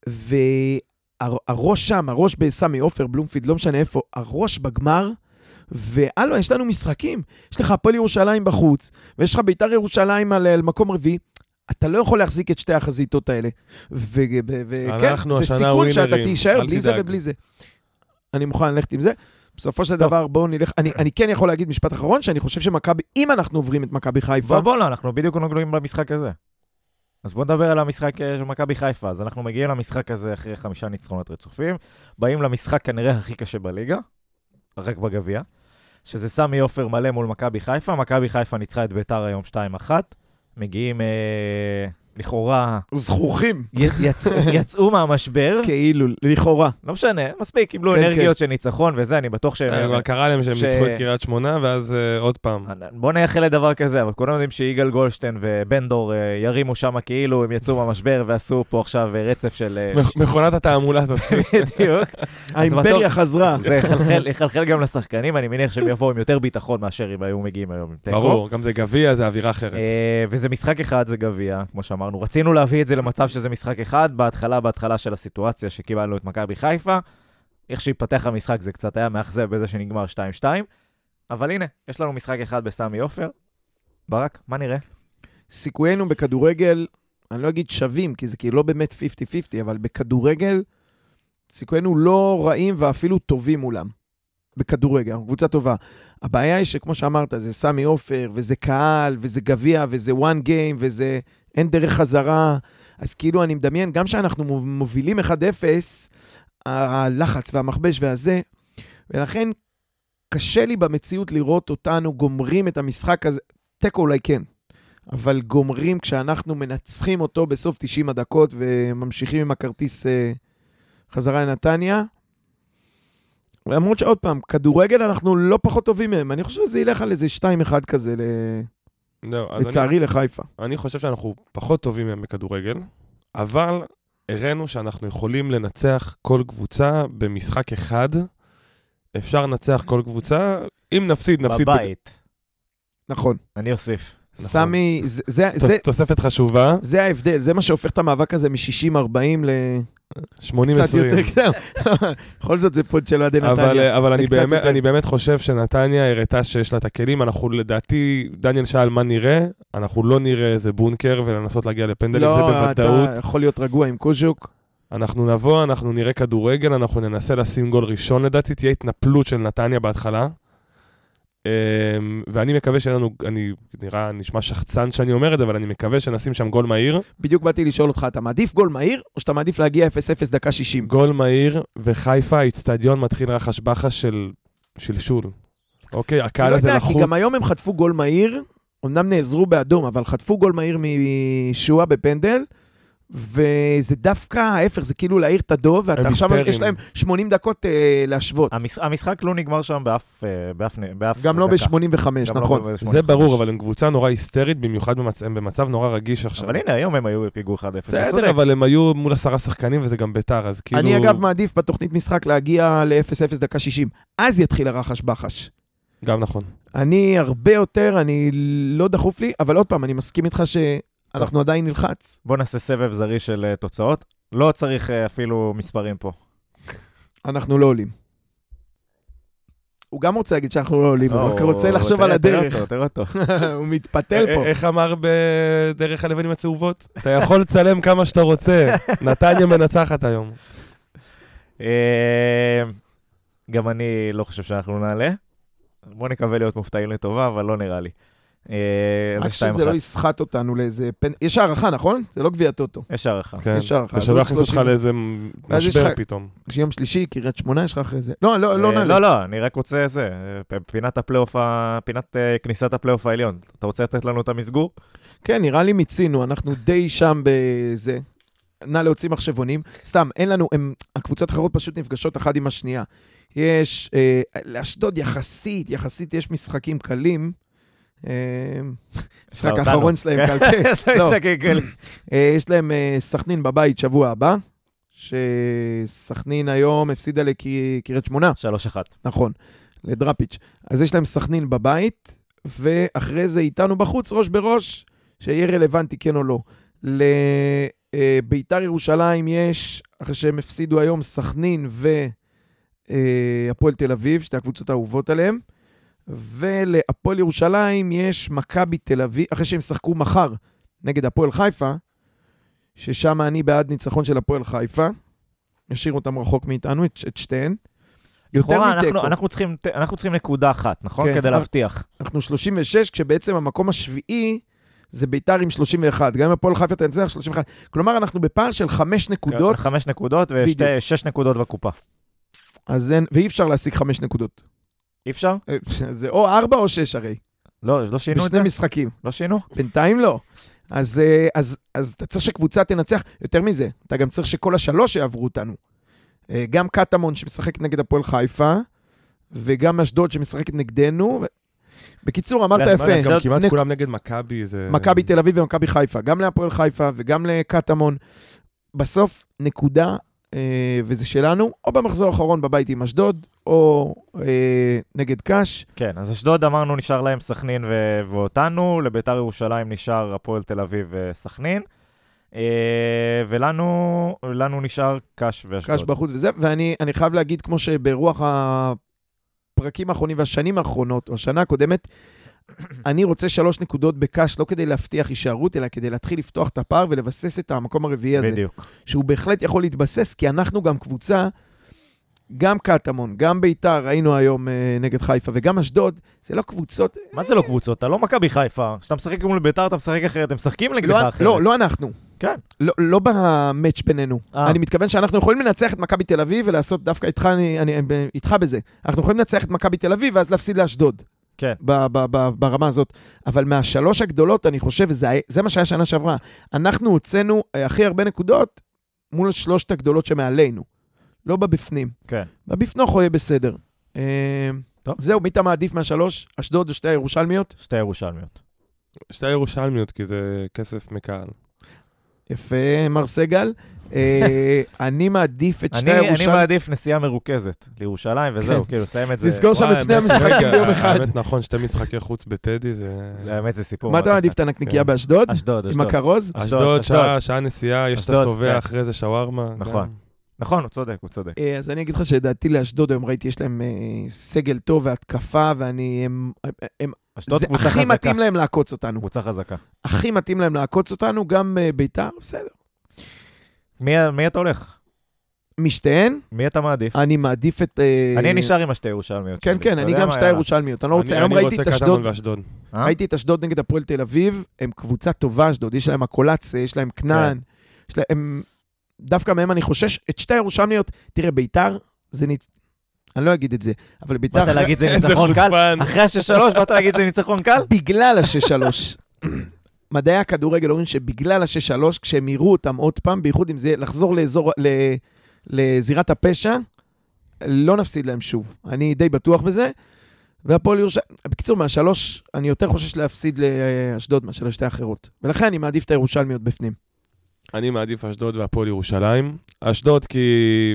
והראש שם, הראש בסמי עופר, בלומפילד, לא משנה איפה, הראש בגמר, והלו, יש לנו משחקים, יש לך הפועל ירושלים בחוץ, ויש לך בית"ר ירושלים על, על מקום רביעי, אתה לא יכול להחזיק את שתי החזיתות האלה, וכן, זה סיכון שאתה תישאר בלי זה ובלי זה. אני מוכן ללכת עם זה. בסופו של דבר, בואו נלך, אני, אני כן יכול להגיד משפט אחרון, שאני חושב שמכבי, אם אנחנו עוברים את מכבי חיפה... בוא, בוא, לא, אנחנו בדיוק נוגעים במשחק הזה. אז בואו נדבר על המשחק של מכבי חיפה. אז אנחנו מגיעים למשחק הזה אחרי חמישה ניצחונות רצופים, באים למשחק כנראה הכי קשה בליגה, רק בגביע, שזה סמי עופר מלא מול מכבי חיפה. מכבי חיפה ניצחה את ביתר היום שתיים אחת. מגיעים אה, לכאורה... זכוכים. יצ... יצאו מהמשבר. כאילו, לכאורה. לא משנה, מספיק, קיבלו כן, אנרגיות כן. של ניצחון וזה, אני בטוח שהם... כבר קרה להם שהם ש... ניצחו את קריית שמונה, ואז uh, עוד פעם. בוא נייחל לדבר כזה, אבל כולנו יודעים שיגאל גולדשטיין ובנדור uh, ירימו שם כאילו הם יצאו מהמשבר ועשו פה עכשיו רצף של... מכונת התעמולה הזאת. בדיוק. האימפריה חזרה. זה יחלחל גם לשחקנים, אני מניח שהם יבואו עם יותר ביטחון מאשר אם היו מגיעים היום. ברור, גם זה גביע, זה אווירה אחרת. וזה משחק אחד, זה גביע, כמו שאמרנו. רצינו להביא את זה למצב שזה משחק אחד, בהתחלה, בהתחלה של הסיטואציה שקיבלנו את מכבי חיפה. איך שהתפתח המשחק זה קצת היה מאכזב בזה שנגמר שתיים שתיים. אבל הנה, יש לנו משחק אחד בסמי עופר. ברק, מה נראה? סיכויינו בכדורגל, אני לא אגיד שווים, כי זה כאילו לא באמת חמישים חמישים, אבל בכדורגל, סיכויינו לא רעים ואפילו טובים מולם. בכדורגל, קבוצה טובה. הבעיה היא שכמו שאמרת, זה סמי עופר, וזה קהל, וזה גביע, וזה one game, וזה אין דרך חזרה. אז כאילו אני מדמיין, גם שאנחנו מובילים אחד אפס, הלחץ והמחבש והזה, ולכן קשה לי במציאות לראות אותנו גומרים את המשחק הזה, תיקו אולי כן, אבל גומרים כשאנחנו מנצחים אותו בסוף תשעים הדקות, וממשיכים עם הכרטיס חזרה לנתניה, למרות שעוד פעם, כדורגל אנחנו לא פחות טובים מהם, אני חושב שזה ילך על איזה שתיים אחד כזה, לצערי לחיפה. אני חושב שאנחנו פחות טובים מהם בכדורגל, אבל הראינו שאנחנו יכולים לנצח כל קבוצה במשחק אחד. אפשר לנצח כל קבוצה, אם נפסיד, נפסיד... בבית. נכון. אני אוסיף. סמי, זה... תוספת חשובה. זה ההבדל, זה מה שהופך את המאבק הזה מ-שישים ארבעים ל... שמונים עשרים. בכל זאת זה פוד של עדי נתניה. אבל אני באמת חושב שנתניה הראתה שיש לה את הכלים, אנחנו לדעתי, דניאל שאל מה נראה, אנחנו לא נראה איזה בונקר ולנסות להגיע לפנדלים, זה בוודאות. לא, אתה יכול להיות רגוע עם קוז'וק. אנחנו נבוא, אנחנו נראה כדורגל, אנחנו ננסה לשים גול ראשון לדעתי, תהיה התנפלות של נתניה בהתחלה. ואני מקווה שלנו, אני נראה, נשמע שחצן שאני אומר את זה, אבל אני מקווה שנשים שם גול מהיר. בדיוק באתי לשאול אותך, אתה מעדיף גול מהיר, או שאתה מעדיף להגיע אפס אפס דקה שישים? גול מהיר, וחיפה, האצטדיון מתחיל רחש בחש של שלשול. אוקיי, הקהל הזה לחוץ. כי גם היום הם חטפו גול מהיר, אמנם נעזרו באדום, אבל חטפו גול מהיר משועה בפנדל, וזה דווקא ההפך, זה כאילו להעיר את הדוב, ואתה עכשיו יש להם שמונים דקות אה, להשוות. המש, המשחק לא נגמר שם באף, באף, באף גם לא ב-שמונים וחמש, נכון. לא זה ברור, אבל הם קבוצה נורא היסטרית, במיוחד במצ... הם במצב נורא רגיש עכשיו. אבל הנה, היום הם היו בפיגור אחד אפס. בסדר, אבל הם היו מול עשרה שחקנים, וזה גם ביתר, אז כאילו... אני אגב מעדיף בתוכנית משחק להגיע ל-אפס אפס דקה שישים. אז יתחיל הרחש בחש. גם נכון. אני הרבה יותר, אני לא דחוף לי, אבל עוד פעם, אני מסכים איתך ש... אנחנו עדיין נלחץ. בוא נעשה סבב זרי של תוצאות. לא צריך אפילו מספרים פה. אנחנו לא עולים. הוא גם רוצה להגיד שאנחנו לא עולים, הוא רוצה לחשוב על הדרך. תראה אותו. הוא מתפתל פה. איך אמר בדרך הלבנים הצהובות? אתה יכול לצלם כמה שאתה רוצה. נתניה מנצחת היום. גם אני לא חושב שאנחנו נעלה. בוא נקווה להיות מופתעים לטובה, אבל לא נראה לי. רק שזה לא ישחט אותנו לאיזה... יש הערכה, נכון? זה לא גביע טוטו. יש הערכה. יש הערכה. אתה שלא יכניס אותך לאיזה משבר פתאום. יש יום שלישי, קריית שמונה, יש לך אחרי זה. לא, לא, לא. לא, לא, אני רק רוצה זה. פינת הפלייאוף, פינת כניסת הפלייאוף העליון. אתה רוצה לתת לנו את המסגור? כן, נראה לי מיצינו. אנחנו די שם בזה. נא להוציא מחשבונים. סתם, אין לנו... הקבוצות האחרות פשוט נפגשות אחת עם השנייה. יש... לאשדוד יחסית, יחסית יש משחקים קלים. משחק האחרון שלהם קלקל. יש להם סכנין בבית שבוע הבא, שסכנין היום הפסידה לקריית שמונה. שלוש אחת. נכון, לדראפיץ'. אז יש להם סכנין בבית, ואחרי זה איתנו בחוץ, ראש בראש, שיהיה רלוונטי, כן או לא. לביתר ירושלים יש, אחרי שהם הפסידו היום, סכנין והפועל תל אביב, שתי הקבוצות האהובות עליהם. ולהפועל ירושלים יש מכבי תל אביב, אחרי שהם שחקו מחר נגד הפועל חיפה, ששם אני בעד ניצחון של הפועל חיפה, נשאיר אותם רחוק מאיתנו, את, את שתיהן. לכאורה, אנחנו, אנחנו, צריכים, אנחנו צריכים נקודה אחת, נכון? כן, כדי להבטיח. אנחנו שלושים ושש, כשבעצם המקום השביעי זה ביתר עם שלושים ואחת. גם עם הפועל חיפה תנצח שלושים ואחת. כלומר, אנחנו בפער של חמש נקודות. חמש נקודות ושש נקודות בקופה. אז אין, ואי אפשר להשיג חמש נקודות. אי אפשר? זה או ארבע או שש הרי. לא, לא שינו את זה? בשני משחקים. לא שינו? בינתיים לא. אז, אז, אז אתה צריך שקבוצה תנצח, יותר מזה, אתה גם צריך שכל השלוש יעברו אותנו. גם קטמון שמשחק נגד הפועל חיפה, וגם אשדוד שמשחקת נגדנו. בקיצור, אמרת יפה. גם כמעט כולם נגד מכבי. מכבי תל אביב ומכבי חיפה. גם להפועל חיפה וגם לקטמון. בסוף, נקודה, וזה שלנו, או במחזור האחרון בבית עם אשדוד, או אה, נגד קש. כן, אז אשדוד אמרנו נשאר להם סכנין ו- ואותנו, לביתר ירושלים נשאר הפועל תל אביב וסכנין, אה, ולנו לנו נשאר קש ואשדוד. קש בחוץ וזה, ואני אני חייב להגיד, כמו שברוח הפרקים האחרונים והשנים האחרונות, או השנה הקודמת, אני רוצה שלוש נקודות בקש, לא כדי להבטיח הישארות, אלא כדי להתחיל לפתוח את הפער ולבסס את המקום הרביעי הזה. בדיוק. שהוא בהחלט יכול להתבסס, כי אנחנו גם קבוצה, גם קטמון, גם ביתר, ראינו היום אה, נגד חיפה, וגם אשדוד, זה לא קבוצות... מה זה לא קבוצות? אתה לא מכבי חיפה. כשאתה משחק מול ביתר, אתה משחק אחרת. הם משחקים נגדך לא, אחרת. לא, לא אנחנו. כן. לא, לא במאץ' בינינו. אה. אני מתכוון שאנחנו יכולים לנצח את מכבי תל אביב, ולעשות דווקא איתך, אני, אני, איתך בזה. אנחנו יכולים לנצח את מכבי תל אביב, ואז להפסיד לאשדוד. כן. ב- ב- ב- ברמה הזאת. אבל מהשלוש הגדולות, אני חושב, וזה, זה מה שהיה שנה שעברה. אנחנו הוצאנו הכי הרבה נקודות מול שלושת הגדולות שמעלינו. לא בבפנים. כן. בבפנוך יהיה בסדר. טוב. זהו, מי אתה מעדיף מהשלוש? אשדוד או שתי הירושלמיות? שתי הירושלמיות. שתי ירושלמיות, כי זה כסף מקהל. יפה, מר סגל. אני מעדיף את שתי ירושלמיות. אני מעדיף נסיעה מרוכזת לירושלים, וזהו, כאילו, סיים את זה. לסגור שם את שני המשחקים ביום אחד. האמת נכון, שתי משחקי חוץ בטדי, זה... האמת זה סיפור. מה אתה מעדיף, את הנקניקיה באשדוד? אשדוד, עם הכרוז? אשדוד, שעה נסיעה, יש את הסובע, אחרי זה שווארמה. נכון. נכון, הוא צודק, הוא צודק. אז אני אגיד לך שדעתי לאשדוד, היום ראיתי, יש להם סגל טוב והתקפה, ואני... זה הכי מתאים להם לעקוץ אותנו. קבוצה חזקה. הכי מתאים להם לעקוץ אותנו, גם ביתר, בסדר. מי אתה הולך? משתיהן? מי אתה מעדיף? אני מעדיף את... אני נשאר עם השתי ירושלמיות. כן, כן, אני גם שתי ירושלמיות. אני רוצה קטמון ואשדוד. ראיתי את אשדוד נגד הפועל תל אביב, הם קבוצה טובה אשדוד, יש להם הקולציה, יש להם כנען, דווקא מהם אני חושש, את שתי ירושלמיות, תראה, ביתר, זה ניצ... אני לא אגיד את זה, אבל ביתר... באת להגיד זה ניצחון קל? אחרי השש שלוש, באת להגיד זה ניצחון קל? בגלל השש שלוש. מדעי הכדורגל אומרים שבגלל השש שלוש, כשהם יראו אותם עוד פעם, בייחוד אם זה לחזור לאזור, לזירת הפשע, לא נפסיד להם שוב. אני די בטוח בזה. והפועל ירושלים, בקיצור, מהשלוש, אני יותר חושש להפסיד לאשדוד מאשר לשתי האחרות. ולכן אני מעדיף את הירושלמיות בפנים. אני מעדיף אשדוד והפועל ירושלים. אשדוד כי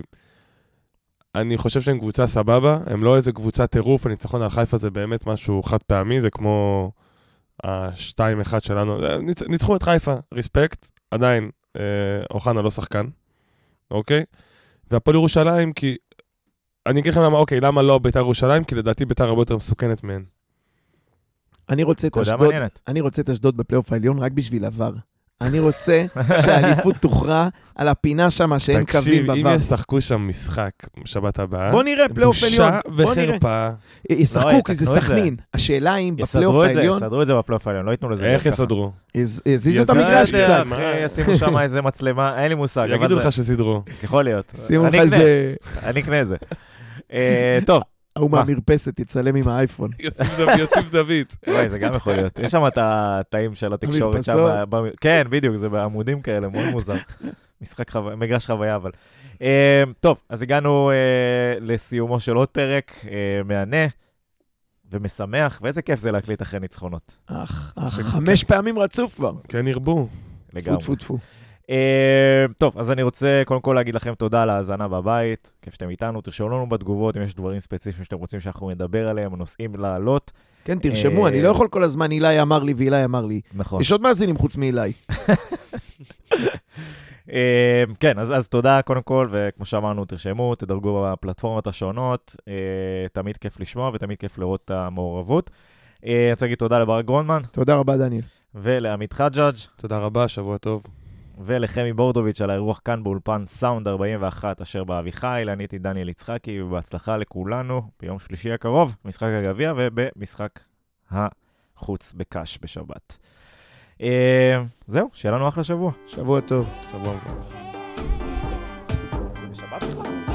אני חושב שהם קבוצה סבבה, הם לא איזה קבוצה טירוף, הניצחון על חיפה זה באמת משהו חד פעמי, זה כמו ה-שתיים אחד שלנו. ניצ... ניצחו את חיפה, ריספקט, עדיין אה, אוחנה לא שחקן, אוקיי? והפועל ירושלים כי... אני אגיד לכם למה, אוקיי, למה לא ביתר ירושלים? כי לדעתי ביתר הרבה יותר מסוכנת מהן. אני רוצה את אשדוד, אני רוצה את אשדוד בפלייאוף העליון רק בשביל עבר. אני רוצה שהאליפות תוכרע על הפינה שם שאין קווים בעבר. תקשיב, אם ישחקו שם משחק שבת הבאה, בוא נראה פלייאוף עליון. בושה וחרפה. ישחקו כי זה סכנין. השאלה אם בפלייאוף העליון... יסדרו את זה בפלייאוף העליון, לא ייתנו לזה. איך יסדרו? יזיזו את המגרש קצת. ישימו שם איזה מצלמה, אין לי מושג. יגידו לך שסידרו. יכול להיות. שימו לך איזה... אני אקנה את זה. טוב. הוא מהמרפסת, יצלם עם האייפון. יוסיף זווית. וואי, זה גם יכול להיות. יש שם את התאים של התקשורת שם. כן, בדיוק, זה בעמודים כאלה, מאוד מוזר. משחק חוויה, מגרש חוויה, אבל. טוב, אז הגענו לסיומו של עוד פרק, מהנה ומשמח, ואיזה כיף זה להקליט אחרי ניצחונות. אך, חמש פעמים רצוף כבר. כן, ירבו. לגמרי. טפו, טפו. טוב, אז אני רוצה קודם כל להגיד לכם תודה על ההאזנה בבית, כיף שאתם איתנו, תרשמו לנו בתגובות אם יש דברים ספציפיים שאתם רוצים שאנחנו נדבר עליהם, נושאים לעלות. כן, תרשמו, אני לא יכול כל הזמן, אילי אמר לי ואילי אמר לי. נכון. יש עוד מאזינים חוץ מאילי. כן, אז תודה קודם כל, וכמו שאמרנו, תרשמו, תדרגו בפלטפורמות השונות, תמיד כיף לשמוע ותמיד כיף לראות את המעורבות. אני רוצה להגיד תודה לברק גרונדמן. תודה רבה, דניאל. ולעמית חג'אג'. תודה רבה, שבוע טוב. ולחמי בורדוביץ' על האירוח כאן באולפן סאונד ארבעים ואחת אשר באביחי, אני הייתי דניאל יצחקי, ובהצלחה לכולנו ביום שלישי הקרוב, משחק הגביע ובמשחק החוץ בקש בשבת. זהו, שיהיה לנו אחלה שבוע. שבוע טוב. שבוע טוב. בשבת בכלל?